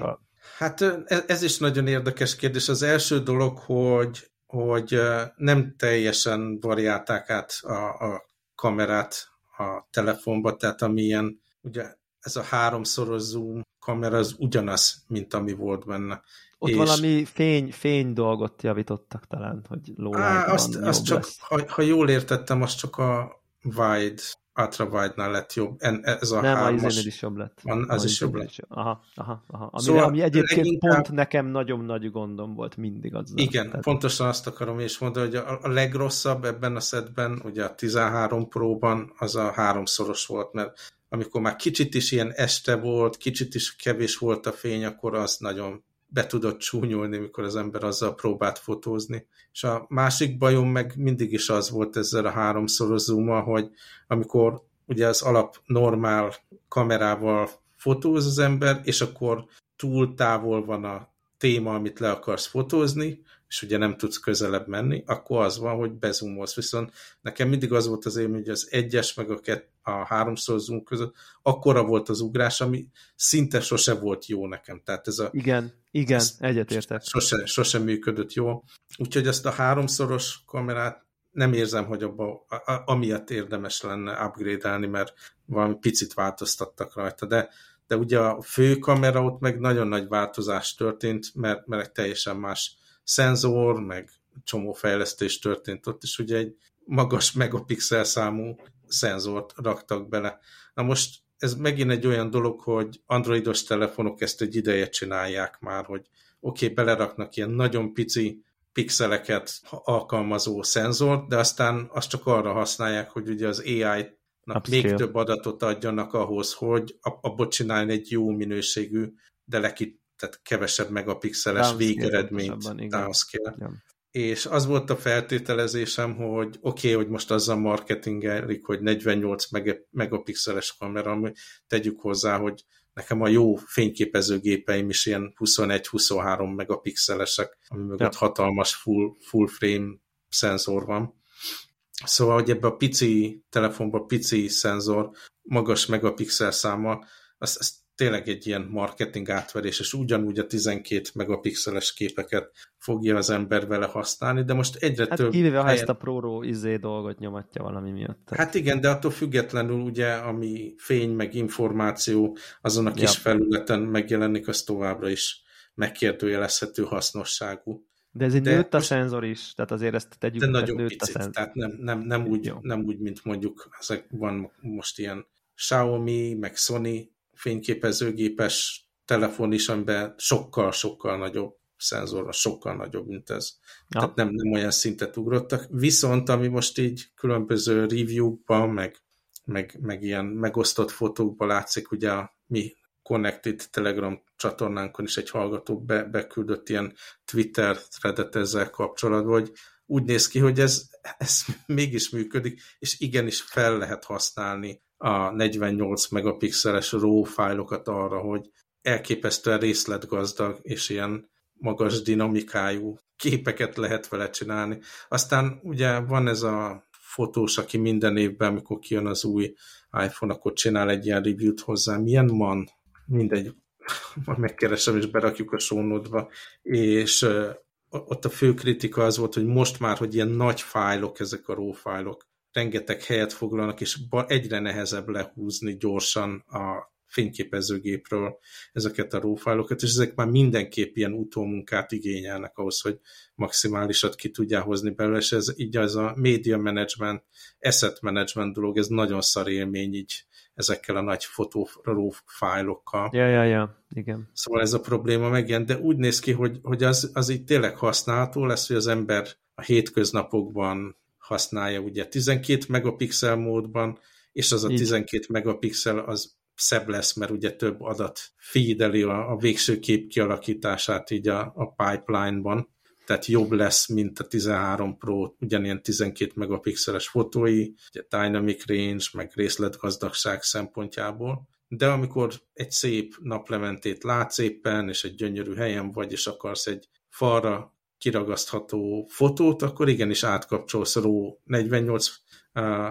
Hát ez, ez is nagyon érdekes kérdés. Az első dolog, hogy, hogy nem teljesen variálták át a, a kamerát a telefonba, tehát amilyen, ugye ez a háromszoros zoom kamera az ugyanaz, mint ami volt benne. Ott és valami fény, fény dolgot javítottak talán, hogy low light-ban azt, azt csak, lesz. ha, ha jól értettem, az csak a wide, ultra wide-nál lett jobb. En, ez a Nem, hármas, az izénél is jobb lett. az, az is jobb lett. Is. Aha, aha, aha. Ami, Szóval ami egyébként leginkább... pont nekem nagyon nagy gondom volt mindig azzal. Igen, Tehát... pontosan azt akarom is mondani, hogy a, a legrosszabb ebben a setben, ugye a tizenhárom Pro-ban az a háromszoros volt, mert amikor már kicsit is ilyen este volt, kicsit is kevés volt a fény, akkor az nagyon be tudott csúnyolni, mikor az ember azzal próbált fotózni. És a másik bajom meg mindig is az volt ezzel a háromszoros zoommal, hogy amikor ugye az alap normál kamerával fotóz az ember, és akkor túl távol van a téma, amit le akarsz fotózni, és ugye nem tudsz közelebb menni, akkor az van, hogy bezumolsz. Viszont nekem mindig az volt az élmény, hogy az egyes meg a, kett, a háromszor zoom között akkora volt az ugrás, ami szinte sose volt jó nekem. Tehát ez a, igen, igen, egyetértek. Sose, sose működött jó. Úgyhogy ezt a háromszoros kamerát nem érzem, hogy abba, a, a, amiatt érdemes lenne upgrade-elni, mert valami picit változtattak rajta, de de ugye a fő kamera ott meg nagyon nagy változás történt, mert, mert egy teljesen más szenzor, meg csomó fejlesztés történt ott, és ugye egy magas megapixel számú szenzort raktak bele. Na most ez megint egy olyan dolog, hogy androidos telefonok ezt egy ideje csinálják már, hogy oké, okay, beleraknak ilyen nagyon pici pixeleket alkalmazó szenzort, de aztán azt csak arra használják, hogy ugye az á i még több adatot adjanak ahhoz, hogy abból csinálni egy jó minőségű, de leki, tehát kevesebb megapixeles végeredményt downscale. Ja. És az volt a feltételezésem, hogy oké, okay, hogy most azzal marketingelik, hogy negyvennyolc megapixeles kamera, ami tegyük hozzá, hogy nekem a jó fényképezőgépeim is ilyen huszonegy-huszonhárom megapixelesek, ami mögött ja. hatalmas full, full frame szenzor van. Szóval, hogy ebben a pici telefonban pici szenzor, magas megapixel számmal, az, az tényleg egy ilyen marketing átverés, és ugyanúgy a tizenkét megapixeles képeket fogja az ember vele használni, de most egyre hát több... Kivéve, ha ezt a Pro izé dolgot nyomatja valami miatt. Hát igen, de attól függetlenül ugye, ami fény, meg információ azon a kis ja. felületen megjelenik, az továbbra is megkérdőjelezhető hasznosságú. De ez egy de nőtt a szenzor is, tehát azért ezt tegyük. De nagyon picit, tehát nem, nem, nem, úgy, nem úgy, mint mondjuk ezek van most ilyen Xiaomi, meg Sony fényképezőgépes telefon is, amiben sokkal-sokkal nagyobb szenzor, sokkal nagyobb, mint ez. Ja. Tehát nem, nem olyan szintet ugrottak. Viszont, ami most így különböző review-ban, meg, meg, meg ilyen megosztott fotókban látszik, ugye a mi Connected Telegram csatornánkon is egy hallgató be, beküldött ilyen Twitter threadet ezzel kapcsolatban, hogy úgy néz ki, hogy ez, ez mégis működik, és igenis fel lehet használni a negyvennyolc megapixeles RAW fájlokat arra, hogy elképesztően részletgazdag és ilyen magas dinamikájú képeket lehet vele csinálni. Aztán ugye van ez a fotós, aki minden évben, amikor kijön az új iPhone, akkor csinál egy ilyen review-t hozzá. Milyen van? Mindegy, majd megkeresem és berakjuk a show note-ba. És uh, ott a fő kritika az volt, hogy most már, hogy ilyen nagy fájlok, ezek a RAW fájlok, rengeteg helyet foglalnak, és egyre nehezebb lehúzni gyorsan a fényképezőgépről ezeket a RAW fájlokat, és ezek már mindenképp ilyen utómunkát igényelnek ahhoz, hogy maximálisat ki tudjál hozni belőle, és ez így az a media management, asset management dolog, ez nagyon szar élmény így ezekkel a nagy fotó RAW fájlokkal. Ja, ja, ja, igen. Szóval ez a probléma megjelent, de úgy néz ki, hogy, hogy az, az így tényleg használható lesz, hogy az ember a hétköznapokban használja ugye tizenkét megapixel módban, és az a így. tizenkét megapixel az szebb lesz, mert ugye több adat feedeli a, a végső kép kialakítását így a, a pipeline-ban, tehát jobb lesz, mint a tizenhárom Pro, ugyanilyen tizenkét megapixeles fotói, ugye dynamic range, meg részletgazdagság szempontjából, de amikor egy szép naplementét látsz éppen, és egy gyönyörű helyen vagy, és akarsz egy falra kiragasztható fotót, akkor igenis átkapcsolsz RAW negyvennyolc uh,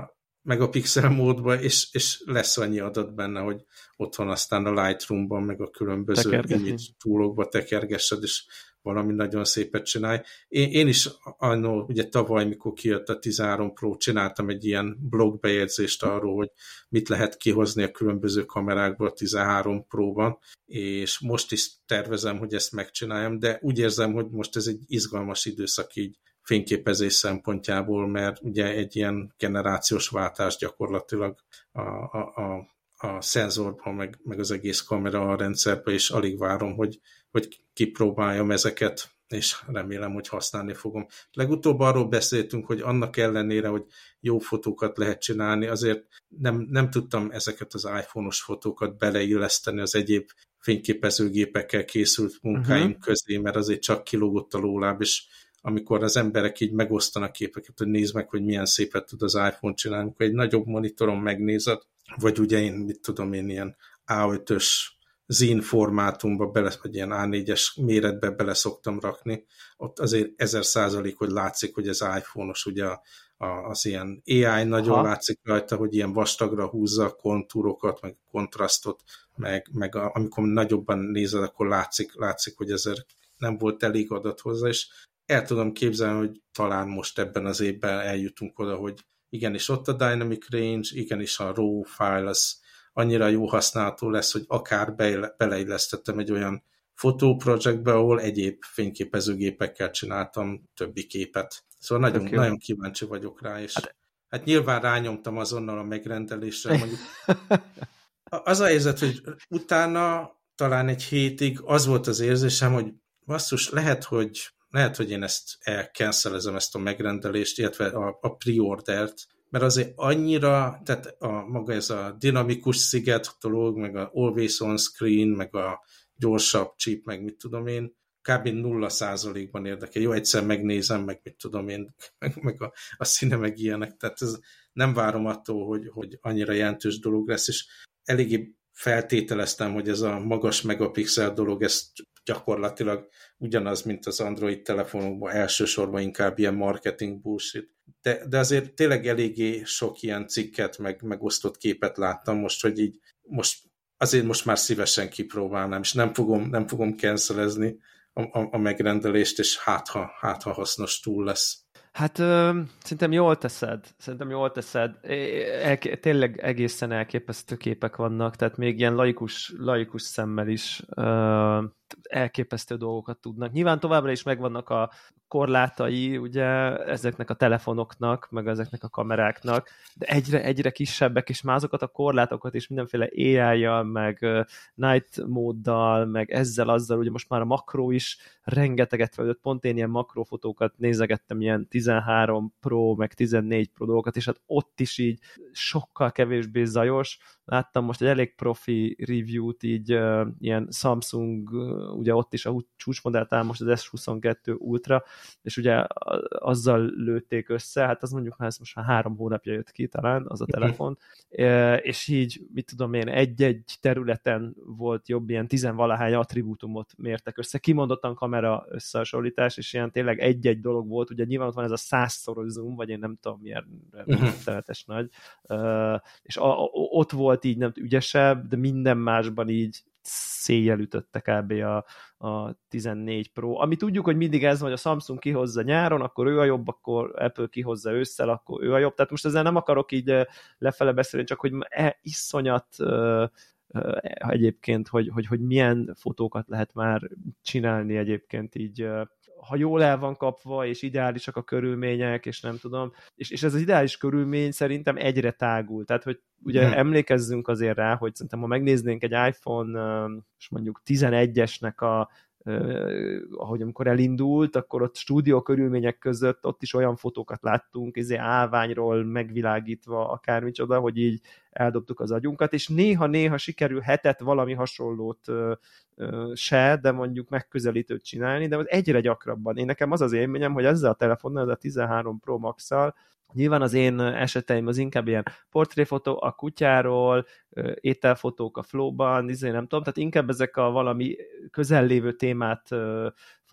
megapixel módba, és, és lesz annyi adat benne, hogy otthon aztán a Lightroom-ban, meg a különböző image toolokba tekergessed, és valami nagyon szépet csinálj. Én, én is annól, ugye tavaly, mikor kijött a tizenhárom Pro, csináltam egy ilyen blogbejegyzést arról, hogy mit lehet kihozni a különböző kamerákból a tizenhárom Pro-ban, és most is tervezem, hogy ezt megcsináljam, de úgy érzem, hogy most ez egy izgalmas időszak így fényképezés szempontjából, mert ugye egy ilyen generációs váltás gyakorlatilag a, a, a, a szenzorban, meg, meg az egész kamera a rendszerben, és alig várom, hogy, hogy kipróbáljam ezeket, és remélem, hogy használni fogom. Legutóbb arról beszéltünk, hogy annak ellenére, hogy jó fotókat lehet csinálni, azért nem, nem tudtam ezeket az iPhone-os fotókat beleilleszteni az egyéb fényképezőgépekkel készült munkáim uh-huh. közé, mert azért csak kilógott a lóláb, és amikor az emberek így megosztanak képeket, hogy nézd meg, hogy milyen szépet tud az iPhone csinálni, amikor egy nagyobb monitoron megnézed, vagy ugye én, mit tudom én, ilyen á ötös zin formátumba, bele, vagy ilyen á négyes méretbe bele szoktam rakni, ott azért ezer százalék, hogy látszik, hogy ez iPhone-os, ugye a, a, az ilyen á i nagyon Aha. látszik rajta, hogy ilyen vastagra húzza a kontúrokat, meg kontrasztot, meg, meg a, amikor nagyobban nézed, akkor látszik, látszik, hogy ezért nem volt elég adat hozzá, és el tudom képzelni, hogy talán most ebben az évben eljutunk oda, hogy igenis ott a Dynamic Range, igenis a RAW file az annyira jó használható lesz, hogy akár beleillesztettem egy olyan fotóprojektbe, ahol egyéb fényképezőgépekkel csináltam többi képet. Szóval nagyon, nagyon kíváncsi vagyok rá, és hát, hát nyilván rányomtam azonnal a megrendelésre. Mondjuk. Az a érzet, hogy utána talán egy hétig az volt az érzésem, hogy basszus, lehet, hogy lehet, hogy én ezt elcancelezem, ezt a megrendelést, illetve a, a pre-ordert, mert azért annyira, tehát a, maga ez a dinamikus sziget dolog, meg a always on screen, meg a gyorsabb chip, meg mit tudom én, kb. nulla százalékban érdekel. Jó, egyszer megnézem, meg mit tudom én, meg, meg a, a színe, meg ilyenek, tehát ez nem várom attól, hogy, hogy annyira jelentős dolog lesz, és eléggé feltételeztem, hogy ez a magas megapixel dolog, ez gyakorlatilag ugyanaz, mint az Android telefonokban, elsősorban inkább ilyen marketing bullshit. De, de azért tényleg eléggé sok ilyen cikket, meg megosztott képet láttam most, hogy így most, azért most már szívesen kipróbálnám, és nem fogom, nem fogom cancelezni a, a, a megrendelést, és hát ha, hát ha hasznos túl lesz. Hát ö, szerintem jól teszed, szerintem jól teszed. El, tényleg egészen elképesztő képek vannak, tehát még ilyen laikus, laikus szemmel is ö, elképesztő dolgokat tudnak. Nyilván továbbra is megvannak a korlátai, ugye, ezeknek a telefonoknak, meg ezeknek a kameráknak, de egyre, egyre kisebbek, és már azokat a korlátokat is mindenféle á i-jal, meg uh, night móddal, meg ezzel, azzal, ugye most már a makró is rengeteget fejlődött, pont én ilyen makrófotókat nézegettem, ilyen tizenhárom Pro, meg tizennégy Pro dolgokat, és hát ott is így sokkal kevésbé zajos. Láttam most egy elég profi review-t, így uh, ilyen Samsung, uh, ugye ott is a csúcsmodellt áll most az S huszonkettő Ultra, és ugye azzal lőtték össze, hát az mondjuk már ez most már három hónapja jött ki talán, az a telefon, uh, és így, mit tudom én, egy-egy területen volt jobb, ilyen tizenvalahány attribútumot mértek össze, kimondottan kamera összehasonlítás, és ilyen tényleg egy-egy dolog volt, ugye nyilván ott van ez a százszoros zoom, vagy én nem tudom milyen rettenetes nagy, uh, és a, a, ott volt így nem ügyesebb, de minden másban így széjjel ütötte kb. A, a tizennégy Pro. Ami tudjuk, hogy mindig ez van, hogy a Samsung kihozza nyáron, akkor ő a jobb, akkor Apple kihozza ősszel, akkor ő a jobb. Tehát most ezzel nem akarok így lefele beszélni, csak hogy e, iszonyat uh, uh, egyébként, hogy, hogy, hogy milyen fotókat lehet már csinálni egyébként így uh, ha jól el van kapva, és ideálisak a körülmények, és nem tudom, és, és ez az ideális körülmény szerintem egyre tágul. Tehát, hogy ugye hmm. emlékezzünk azért rá, hogy szerintem, ha megnéznénk egy iPhone, és mondjuk tizenegyesnek a Uh, ahogy amikor elindult, akkor ott stúdió körülmények között ott is olyan fotókat láttunk, ezért állványról megvilágítva akármicsoda, hogy így eldobtuk az agyunkat, és néha-néha sikerülhetett valami hasonlót uh, uh, se, de mondjuk megközelítőt csinálni, de az egyre gyakrabban. Én nekem az az élményem, hogy ezzel a telefonnal, ez a tizenhárom Pro Max-szal, nyilván az én eseteim az inkább ilyen portréfotó a kutyáról, ételfotók a Flow-ban, izé nem tudom, tehát inkább ezek a valami közellévő témát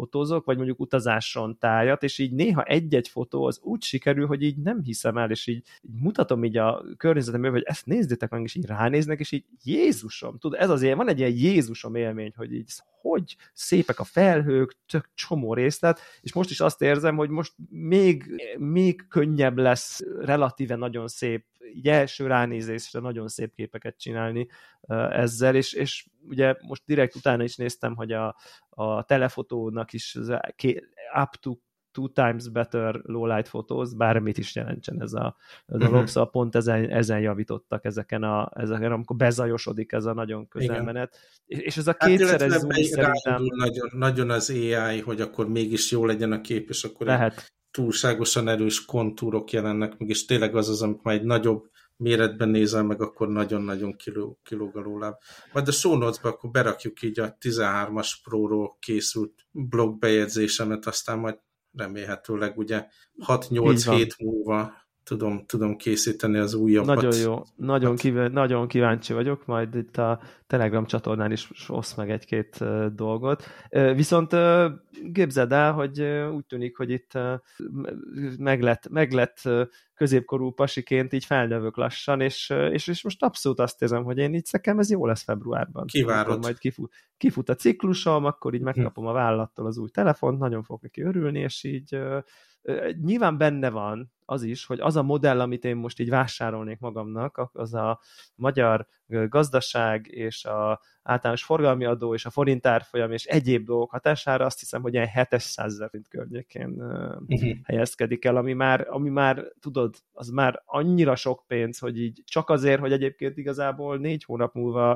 fotózok, vagy mondjuk utazáson tájat, és így néha egy-egy fotó az úgy sikerül, hogy így nem hiszem el, és így, így mutatom így a környezetemben, hogy ezt nézzétek meg, és így ránéznek, és így Jézusom, tudod, ez az ilyen, van egy ilyen Jézusom élmény, hogy így hogy szépek a felhők, tök csomó részlet, és most is azt érzem, hogy most még, még könnyebb lesz relatíve nagyon szép, így első ránézésre nagyon szép képeket csinálni uh, ezzel, és, és ugye most direkt utána is néztem, hogy a, a telefotónak is az up to two times better low light photos, bármit is jelentsen ez a, a dolog, uh-huh. Szóval pont ezen, ezen javítottak ezeken, a, ezeken, amikor bezajosodik ez a nagyon közelmenet. És, és ez a kétszeres hát, zoom szerintem... Nagyon, nagyon az á i, hogy akkor mégis jó legyen a kép, és akkor lehet. Túlságosan erős kontúrok jelennek meg, és tényleg az az, amikor már egy nagyobb méretben nézel meg, akkor nagyon-nagyon kiló, kilóg a lóláb. Majd a show notes-ba akkor berakjuk így a tizenhármas Pro-ról készült blogbejegyzésemet, aztán majd remélhetőleg ugye hat-nyolc hét múlva tudom, tudom készíteni az újabbat. Nagyon jó, nagyon, hát. kív- nagyon kíváncsi vagyok, majd itt a Telegram csatornán is osz meg egy-két uh, dolgot. Uh, viszont uh, képzeld el, hogy uh, úgy tűnik, hogy itt uh, meglett, meglett uh, középkorú pasiként így felnövök lassan, és, uh, és, és most abszolút azt érzem, hogy én így nekem ez jó lesz februárban. Kivárod. Majd kifut, kifut a ciklusom, akkor így megkapom a vállalattól az új telefont, nagyon fogok neki örülni, és így uh, uh, nyilván benne van az is, hogy az a modell, amit én most így vásárolnék magamnak, az a magyar gazdaság és a általános forgalmi adó és a forint árfolyam és egyéb dolgok hatására azt hiszem, hogy ilyen hétszázezer forint környékén uh-huh. helyezkedik el, ami már, ami már, tudod, az már annyira sok pénz, hogy így csak azért, hogy egyébként igazából négy hónap múlva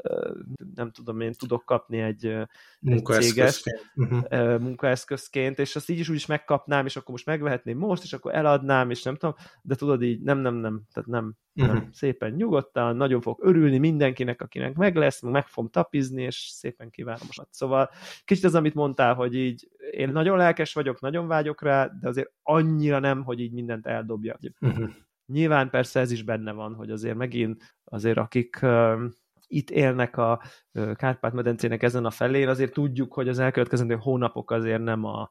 nem tudom, én tudok kapni egy, egy céges uh-huh. munkaeszközként, és azt így is úgy is megkapnám, és akkor most megvehetném most, és akkor eladnám, és nem tudom, de tudod így, nem, nem, nem, tehát nem, uh-huh. nem. Szépen nyugodtan, nagyon fog örülni mindenkinek, akinek meg lesz, meg fogom tapizni, és szépen kívánom most. Szóval kicsit az, amit mondtál, hogy így én nagyon lelkes vagyok, nagyon vágyok rá, de azért annyira nem, hogy így mindent eldobja. Uh-huh. Nyilván persze ez is benne van, hogy azért megint azért akik uh, itt élnek a uh, Kárpát-medencének ezen a felén, azért tudjuk, hogy az elkövetkezendő hónapok azért nem a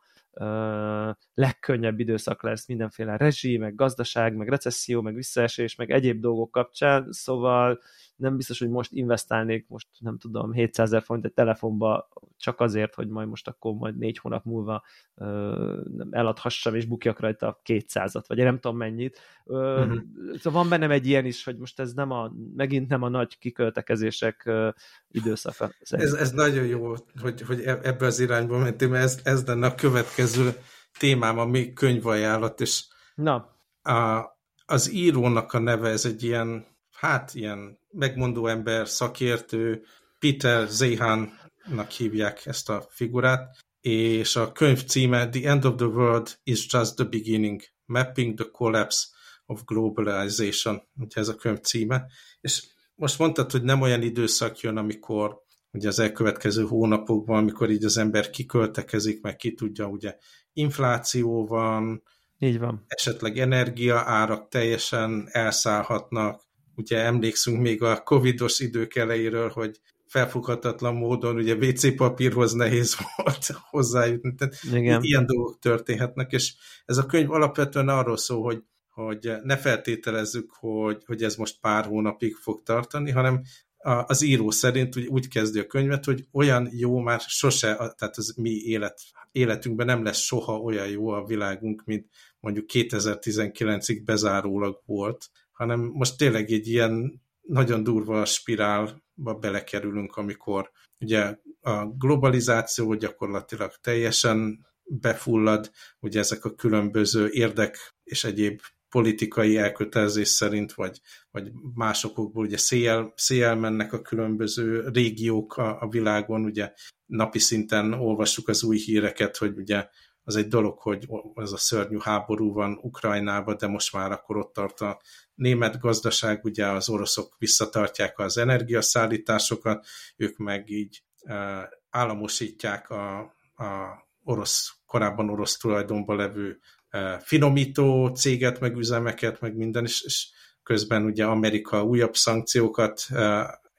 uh, legkönnyebb időszak lesz mindenféle rezsi, meg gazdaság, meg recesszió, meg visszaesés, meg egyéb dolgok kapcsán, szóval nem biztos, hogy most investálnék, most nem tudom, hétszázezer forint egy telefonba, csak azért, hogy majd most akkor majd négy hónap múlva uh, eladhassam, és bukjak rajta kétszázat, vagy én nem tudom mennyit. Uh, uh-huh. Szóval van bennem egy ilyen is, hogy most ez nem a, megint nem a nagy kiköltekezések uh, időszaka. Ez, ez nagyon jó, hogy, hogy ebbe az irányba mentém, mert ez, ez lenne a következő témám, a még könyvajánlat, és Na. A, az írónak a neve, ez egy ilyen, hát ilyen megmondó ember, szakértő, Peter Zeihannak hívják ezt a figurát, és a könyv címe The End of the World is Just the Beginning, Mapping the Collapse of Globalization, ugye ez a könyv címe, és most mondtad, hogy nem olyan időszak jön, amikor ugye az elkövetkező hónapokban, amikor így az ember kiköltekezik, meg ki tudja, ugye infláció van, így van. Esetleg energiaárak teljesen elszállhatnak. Ugye emlékszünk még a covidos idők elejéről, hogy felfoghatatlan módon ugye vé cé papírhoz nehéz volt hozzájutni. Tehát ilyen dolgok történhetnek, és ez a könyv alapvetően arról szól, hogy, hogy ne feltételezzük, hogy, hogy ez most pár hónapig fog tartani, hanem az író szerint úgy, úgy kezdi a könyvet, hogy olyan jó már sose, tehát az mi élet, életünkben nem lesz soha olyan jó a világunk, mint mondjuk kétezer-tizenkilencig bezárólag volt, hanem most tényleg egy ilyen nagyon durva spirálba belekerülünk, amikor ugye a globalizáció gyakorlatilag teljesen befullad, ugye ezek a különböző érdek és egyéb politikai elkötelezés szerint, vagy, vagy másokból ugye széjjel, széjjel mennek a különböző régiók a, a világon, ugye napi szinten olvassuk az új híreket, hogy ugye az egy dolog, hogy ez a szörnyű háború van Ukrajnában, de most már akkor ott tart a német gazdaság, ugye az oroszok visszatartják az energiaszállításokat, ők meg így e, államosítják a, a orosz, korábban orosz tulajdonban levő e, finomító céget, meg üzemeket, meg minden, és, és közben ugye Amerika újabb szankciókat e,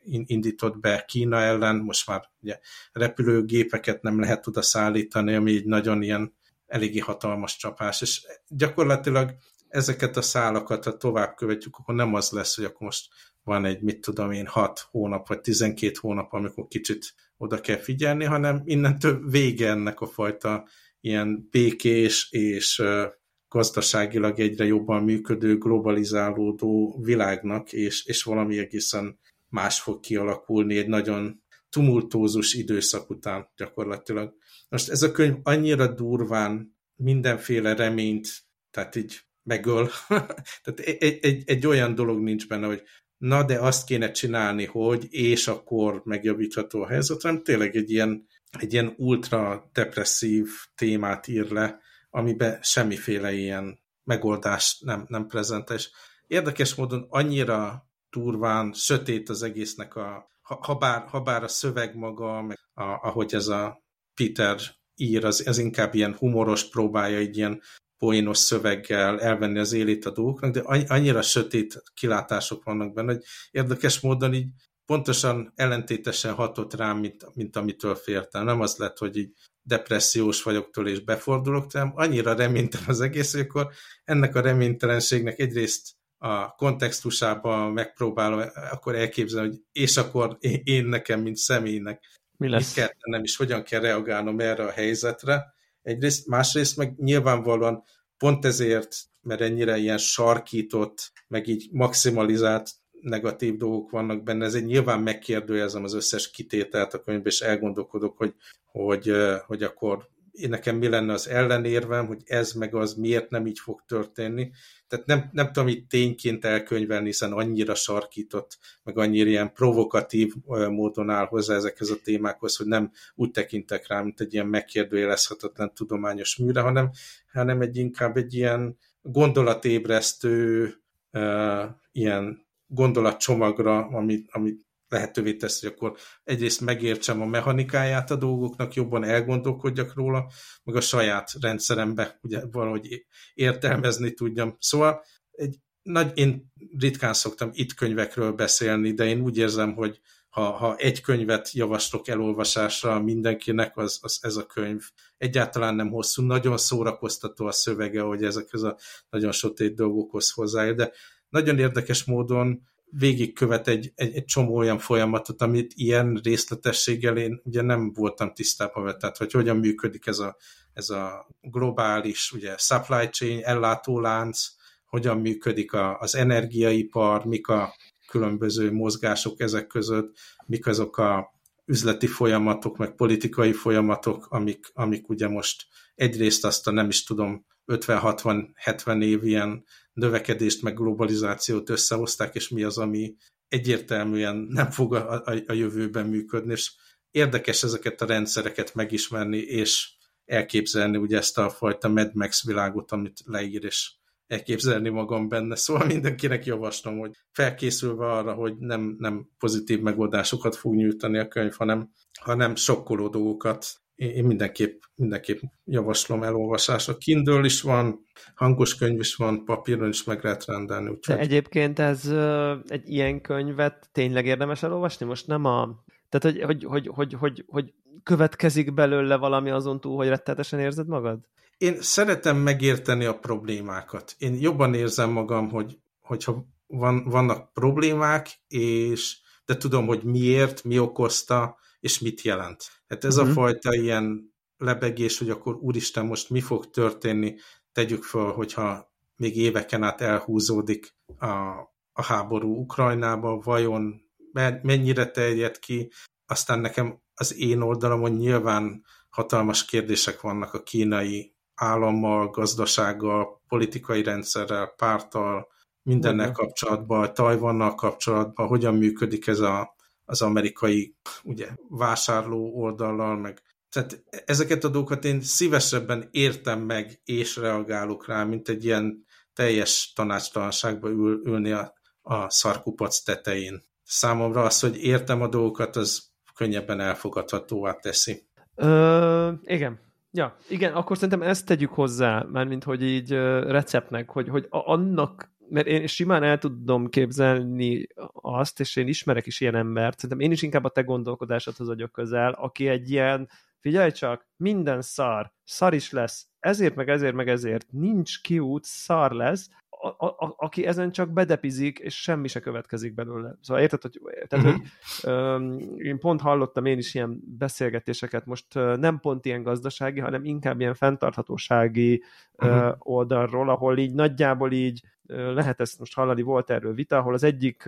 indított be Kína ellen, most már ugye repülőgépeket nem lehet oda szállítani, ami egy nagyon ilyen eléggé hatalmas csapás, és gyakorlatilag ezeket a szálakat, ha tovább követjük, akkor nem az lesz, hogy akkor most van egy, mit tudom én, hat hónap, vagy tizenkét hónap, amikor kicsit oda kell figyelni, hanem innentől vége ennek a fajta ilyen békés és gazdaságilag egyre jobban működő, globalizálódó világnak, és, és valami egészen más fog kialakulni egy nagyon tumultózus időszak után gyakorlatilag. Most ez a könyv annyira durván mindenféle reményt, tehát így megöl. Tehát egy, egy, egy olyan dolog nincs benne, hogy na, de azt kéne csinálni, hogy, és akkor megjavítható a helyzet, hanem tényleg egy ilyen, egy ilyen ultra depresszív témát ír le, amiben semmiféle ilyen megoldást nem, nem prezentál. És érdekes módon annyira durván, sötét az egésznek a, ha, ha, bár, ha bár a szöveg maga, meg a, ahogy ez a Peter ír, az, az inkább ilyen humoros, próbálja egy ilyen poénos szöveggel elvenni az élét a dolgoknak, de annyira sötét kilátások vannak benne, hogy érdekes módon így pontosan ellentétesen hatott rám, mint, mint amitől féltem. Nem az lett, hogy így depressziós vagyok tőle és befordulok, hanem annyira reménytelen az egész, hogy akkor ennek a reménytelenségnek egyrészt a kontextusában megpróbálom akkor elképzelni, hogy és akkor én, én nekem, mint személynek Mi lesz? mit kell tennem, és hogyan kell reagálnom erre a helyzetre. Egyrészt, másrészt meg nyilvánvalóan pont ezért, mert ennyire ilyen sarkított, meg így maximalizált negatív dolgok vannak benne, ezért nyilván megkérdőjelezem az összes kitételt a könyvben, és elgondolkodok, hogy, hogy, hogy akkor én nekem mi lenne az ellenérvem, hogy ez meg az miért nem így fog történni. Tehát nem, nem tudom így tényként elkönyvelni, hiszen annyira sarkított, meg annyira ilyen provokatív módon áll hozzá ezekhez a témákhoz, hogy nem úgy tekintek rá, mint egy ilyen megkérdőjelezhetetlen tudományos műre, hanem, hanem egy inkább egy ilyen gondolatébresztő, uh, ilyen gondolatcsomagra, amit, amit lehetővé tesz, hogy akkor egyrészt megértsem a mechanikáját a dolgoknak, jobban elgondolkodjak róla, meg a saját rendszerembe ugye valahogy értelmezni tudjam. Szóval egy nagy, én ritkán szoktam itt könyvekről beszélni, de én úgy érzem, hogy ha, ha egy könyvet javaslok elolvasásra mindenkinek, az, az ez a könyv. Egyáltalán nem hosszú, nagyon szórakoztató a szövege, hogy ezekhez a nagyon sötét dolgokhoz hozzáér, de nagyon érdekes módon végigkövet egy, egy, egy csomó olyan folyamatot, amit ilyen részletességgel én ugye nem voltam tisztában vele, tehát hogy hogyan működik ez a, ez a globális ugye, supply chain, ellátólánc, hogyan működik a, az energiaipar, mik a különböző mozgások ezek között, mik azok a üzleti folyamatok, meg politikai folyamatok, amik, amik ugye most egyrészt azt a nem is tudom, ötven-hatvan-hetven év ilyen növekedést, meg globalizációt összehozták, és mi az, ami egyértelműen nem fog a, a, a jövőben működni, és érdekes ezeket a rendszereket megismerni, és elképzelni ugye ezt a fajta Mad Max világot, amit leír, és elképzelni magam benne. Szóval mindenkinek javaslom, hogy felkészülve arra, hogy nem, nem pozitív megoldásokat fog nyújtani a könyv, hanem, hanem sokkoló dolgokat. Én mindenképp, mindenképp javaslom elolvasásra. Kindle is van, hangos könyv is van, papíron is meg lehet rendelni. Úgyhogy... De egyébként ez egy ilyen könyvet tényleg érdemes elolvasni? Most nem a... Tehát, hogy, hogy, hogy, hogy, hogy, hogy következik belőle valami azon túl, hogy rettenetesen érzed magad? Én szeretem megérteni a problémákat. Én jobban érzem magam, hogy, hogyha van, vannak problémák, és de tudom, hogy miért, mi okozta, és mit jelent. Hát ez uh-huh. a fajta ilyen lebegés, hogy akkor úristen, most mi fog történni, tegyük fel, hogyha még éveken át elhúzódik a, a háború Ukrajnába, vajon mennyire terjed ki, aztán nekem az én oldalamon nyilván hatalmas kérdések vannak a kínai állammal, gazdasággal, politikai rendszerrel, párttal, mindennel uh-huh. kapcsolatban, Tajvannal kapcsolatban, hogyan működik ez a az amerikai ugye, vásárló oldallal, meg tehát ezeket a dolgokat én szívesebben értem meg, és reagálok rá, mint egy ilyen teljes tanácstalanságba ül, ülni a, a szarkupac tetején. Számomra az, hogy értem a dolgokat, az könnyebben elfogadhatóvá teszi. Ö, igen. Ja, igen, akkor szerintem ezt tegyük hozzá, mármint hogy így receptnek, hogy, hogy annak mert én simán el tudom képzelni azt, és én ismerek is ilyen embert, szerintem én is inkább a te gondolkodásodhoz vagyok közel, aki egy ilyen, figyelj csak, minden szar, szar is lesz, ezért, meg ezért, meg ezért, nincs kiút, szar lesz, a, a, aki ezen csak bedepizik, és semmi se következik belőle. Szóval érted, hogy, tehát, uh-huh. hogy um, én pont hallottam én is ilyen beszélgetéseket, most uh, nem pont ilyen gazdasági, hanem inkább ilyen fenntarthatósági uh-huh. uh, oldalról, ahol így nagyjából így lehet ezt most hallani, volt erről vita, ahol az egyik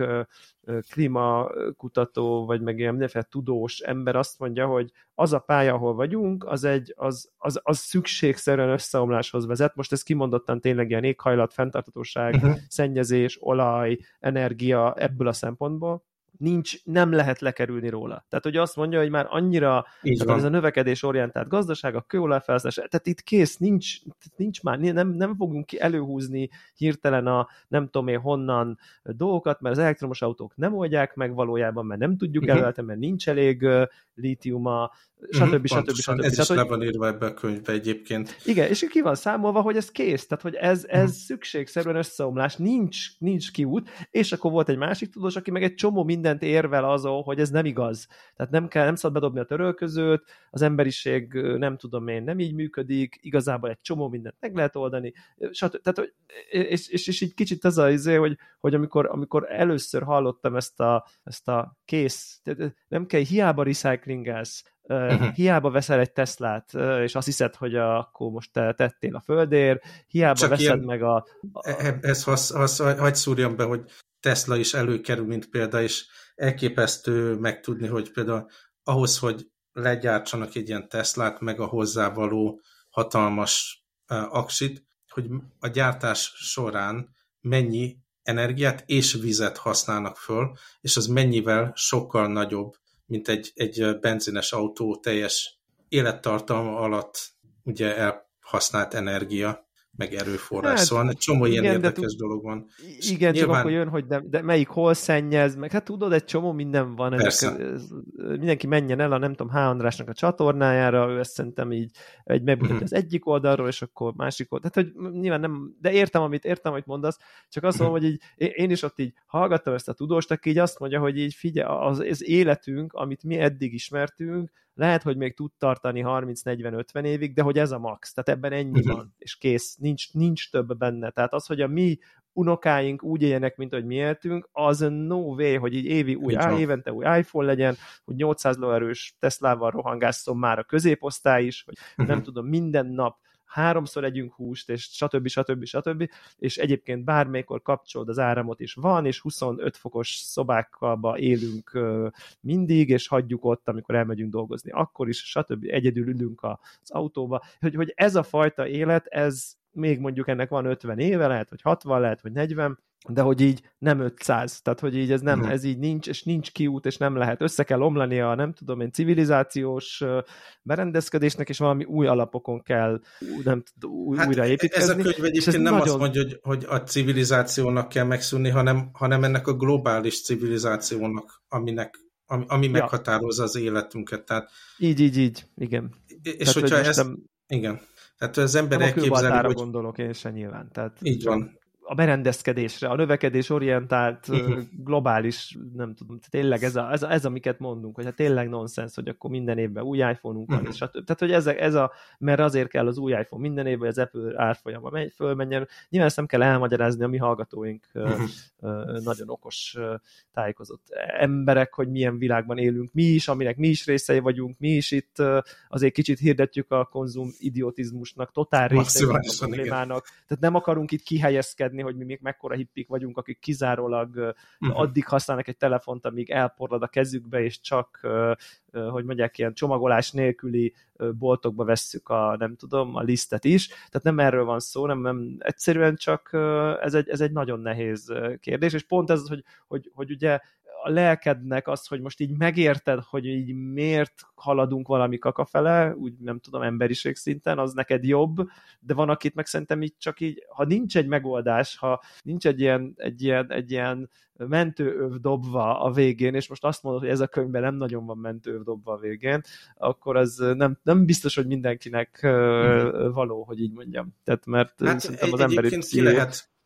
klímakutató, vagy meg ilyen mindenféle tudós ember azt mondja, hogy az a pálya, ahol vagyunk, az, egy, az, az, az szükségszerűen összeomláshoz vezet. Most ez kimondottan tényleg ilyen éghajlat, fenntarthatóság, uh-huh. szennyezés, olaj, energia ebből a szempontból. Nincs, nem lehet lekerülni róla. Tehát, hogy azt mondja, hogy már annyira ez a növekedésorientált gazdaság, a kőolajfelhasználás, tehát itt kész, nincs, nincs már, nem, nem fogunk ki előhúzni hirtelen a nem tudom én honnan dolgokat, mert az elektromos autók nem oldják meg valójában, mert nem tudjuk uh-huh. előállítani, mert nincs elég uh, lítiuma, stb. Uh-huh, stb. stb. Ez Tehát, is le van írva ebbe a könyvbe egyébként. Igen, és ki van számolva, hogy ez kész, tehát hogy ez, ez uh-huh. szükségszerűen összeomlás, nincs, nincs kiút, és akkor volt egy másik tudós, aki meg egy csomó mindent érvel azon, hogy ez nem igaz. Tehát nem kell, nem szabad bedobni a törölközőt, az emberiség nem tudom én, nem így működik, igazából egy csomó mindent meg lehet oldani, stb. Tehát, hogy, és, és, és így kicsit az az izé, hogy, hogy amikor, amikor először hallottam ezt a, ezt a kész, nem kell, hiába recyclingelsz, Uh, hiába veszel egy Teslát, uh, és azt hiszed, hogy a, akkor most te tettél a földért, hiába csak veszed ilyen, meg a... a... Ez hasz, hasz, hagy szúrjam be, hogy Tesla is előkerül, mint példa, és elképesztő megtudni, hogy például ahhoz, hogy legyártsanak egy ilyen Teslát, meg a hozzávaló hatalmas uh, aksit, hogy a gyártás során mennyi energiát és vizet használnak föl, és az mennyivel sokkal nagyobb, mint egy, egy benzines autó teljes élettartalma alatt ugye elhasznált energia, meg erőforrás. Hát, szóval egy csomó ilyen igen, érdekes t- dolog van. Igen, nyilván... csak akkor jön, hogy de, de melyik hol szennyez, meg hát tudod, egy csomó minden van. Ezek, ez, mindenki menjen el a nem tudom, H. Andrásnak a csatornájára, ő ezt szerintem így egy megmutatja az egyik oldalról, és akkor másik oldalról. Tehát, hogy nyilván nem, de értem, amit értem, amit mondasz, csak azt mondom, hogy így, én is ott így hallgattam ezt a tudóst, aki így azt mondja, hogy így figyelj, az, az életünk, amit mi eddig ismertünk, lehet, hogy még tud tartani harminc-negyven-ötven évig, de hogy ez a max, tehát ebben ennyi van, és kész, nincs, nincs több benne. Tehát az, hogy a mi unokáink úgy éljenek, mint hogy mi éltünk, az no way, hogy így évi új, á, évente új iPhone legyen, hogy nyolcszáz lóerős Teslával rohangásszon már a középosztály is, hogy nem tudom, minden nap háromszor együnk húst, és stb. stb. stb. És egyébként bármikor kapcsolod az áramot is van, és huszonöt fokos szobákba élünk mindig, és hagyjuk ott, amikor elmegyünk dolgozni, akkor is, stb. Egyedül ülünk az autóba. Hogy, hogy ez a fajta élet, ez még mondjuk ennek van ötven éve, lehet, hogy hatvan, lehet, hogy negyven, de hogy így nem ötszáz, tehát hogy így ez nem, ez így nincs, és nincs kiút, és nem lehet. Össze kell omlani a, nem tudom én, civilizációs berendezkedésnek, és valami új alapokon kell nem, új, hát újraépítkezni. Ez a könyv egyébként nem nagyon... azt mondja, hogy, hogy a civilizációnak kell megszűnni, hanem, hanem ennek a globális civilizációnak, aminek, ami, ami ja. meghatározza az életünket. Tehát, így, így, így, igen. És tehát, hogyha hogy ezt... Nem... Igen. Tehát az ember elképzeli, hogy... gondolok én sem nyilván. Tehát... Így van. A berendezkedésre, a növekedés orientált uh-huh. globális, nem tudom, tényleg ez, a, ez, a, ez amiket mondunk, hogy hát tényleg nonsens, hogy akkor minden évben új iPhone-unk van, uh-huh. és stb. Tehát, hogy ez, ez a, mert azért kell az új iPhone minden évben, hogy az Apple árfolyama megy, fölmenjen. Nyilván ezt nem kell elmagyarázni, a mi hallgatóink uh-huh. uh, nagyon okos, uh, tájékozott emberek, hogy milyen világban élünk mi is, aminek mi is részei vagyunk, mi is itt uh, azért kicsit hirdetjük a konzum idiotizmusnak, totál részei a problémának. Igen. Tehát nem akarunk itt kihelyezkedni, hogy mi még mekkora hippik vagyunk, akik kizárólag uh-huh. addig használnak egy telefont, amíg elporlad a kezükbe, és csak, hogy mondják, ilyen csomagolás nélküli boltokba vesszük a, nem tudom, a lisztet is. Tehát nem erről van szó, nem, nem egyszerűen csak ez egy, ez egy nagyon nehéz kérdés, és pont ez, hogy, hogy, hogy ugye a lelkednek az, hogy most így megérted, hogy így miért haladunk valami kakafele, úgy nem tudom, emberiség szinten, az neked jobb, de van, akit meg szerintem így csak így, ha nincs egy megoldás, ha nincs egy ilyen, egy ilyen, egy ilyen mentőöv dobva a végén, és most azt mondod, hogy ez a könyvben nem nagyon van mentőöv dobva a végén, akkor az nem, nem biztos, hogy mindenkinek uh-huh. való, hogy így mondjam. Tehát, mert hát szerintem egy, az emberi ki lehet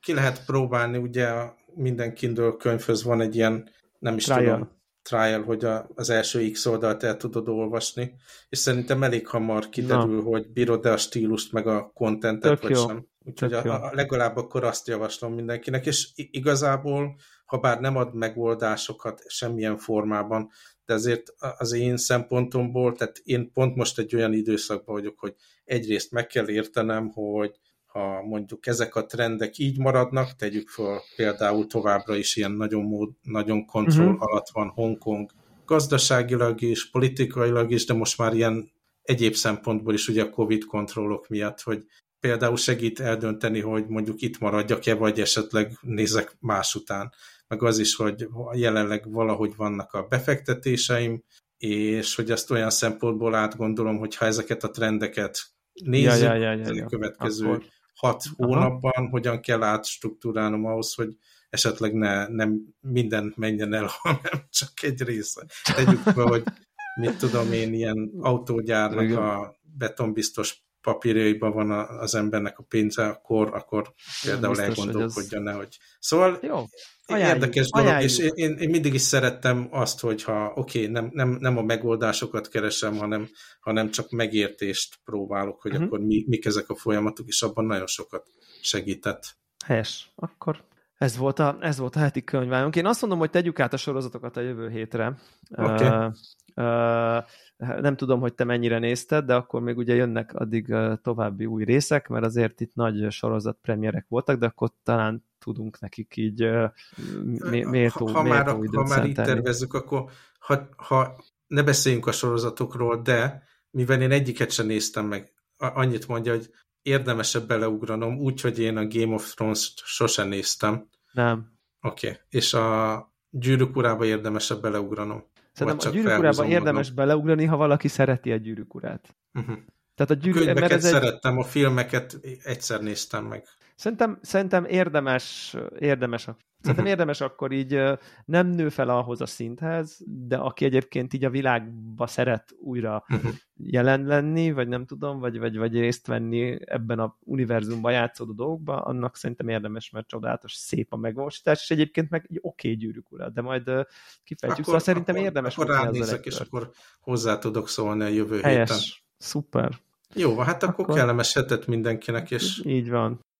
ki lehet próbálni, ugye minden Kindle könyvhöz van egy ilyen, nem is Trial. tudom, trial, hogy a, az első X oldalt el tudod olvasni, és szerintem elég hamar kiderül, Na. hogy bírod-e a stílust, meg a contentet, Tök vagy jó. sem. Úgyhogy a, a, legalább akkor azt javaslom mindenkinek, és igazából, ha bár nem ad megoldásokat semmilyen formában, de azért az én szempontomból, tehát én pont most egy olyan időszakban vagyok, hogy egyrészt meg kell értenem, hogy ha mondjuk ezek a trendek így maradnak, tegyük fel például továbbra is ilyen nagyon, mód, nagyon kontroll uh-huh. alatt van Hongkong, gazdaságilag is, politikailag is, de most már ilyen egyéb szempontból is ugye a Covid kontrollok miatt, hogy például segít eldönteni, hogy mondjuk itt maradjak-e, vagy esetleg nézek más után. Meg az is, hogy jelenleg valahogy vannak a befektetéseim, és hogy ezt olyan szempontból átgondolom, hogy ha ezeket a trendeket nézzük, ja, ja, ja, ja, ja. a következő Akkor... hat hónapban, Aha. hogyan kell átstruktúrálnom ahhoz, hogy esetleg ne, nem minden menjen el, hanem csak egy része. Tegyük fel, hogy mit tudom én, ilyen autógyárnak Igen. a betonbiztos papírjaiban van az embernek a pénze, akkor, akkor például biztos, elgondolkodjon ez... hogy... Szóval Jó. Ajánljuk, érdekes dolog, ajánljuk. És én, én mindig is szerettem azt, hogyha oké, okay, nem, nem, nem a megoldásokat keresem, hanem, hanem csak megértést próbálok, hogy uh-huh. akkor mi, mik ezek a folyamatok, és abban nagyon sokat segített. Helyes. Akkor ez volt a, ez volt a heti könyválunk. Én azt mondom, hogy tegyük át a sorozatokat a jövő hétre. Okay. Uh, uh, nem tudom, hogy te mennyire nézted, de akkor még ugye jönnek addig uh, további új részek, mert azért itt nagy sorozatpremierek voltak, de akkor talán tudunk nekik így uh, méltó, ha, ha méltó már, ha már így tervezzük, akkor ha, ha ne beszéljünk a sorozatokról, de mivel én egyiket sem néztem meg, annyit mondja, hogy érdemesebb beleugranom, úgyhogy én a Game of Thrones-t sosem néztem. Nem. Oké. Okay. És a Gyűrűk urába érdemesebb beleugranom. Szerintem a Gyűrűk urába érdemes magam. beleugrani, ha valaki szereti a Gyűrűk urát. Uh-huh. Tehát a, gyűrű... a könyveket ez szerettem, egy... a filmeket egyszer néztem meg. Szerintem, szerintem érdemes, érdemes, szerintem uh-huh. érdemes akkor így nem nő fel ahhoz a szinthez, de aki egyébként így a világba szeret újra uh-huh. jelen lenni, vagy nem tudom, vagy, vagy, vagy részt venni ebben a univerzumban játszódó dolgokba, annak szerintem érdemes, mert csodálatos, szép a megvalósítás, és egyébként meg egy oké okay Gyűrűk ura, de majd kifejtjük. Akkor, szóval szerintem akkor, érdemes. Akkor ránézek, és akkor hozzá tudok szólni a jövő Helyes. héten. Szuper. Jó, hát akkor, akkor kellemes hetet mindenkinek, és így van.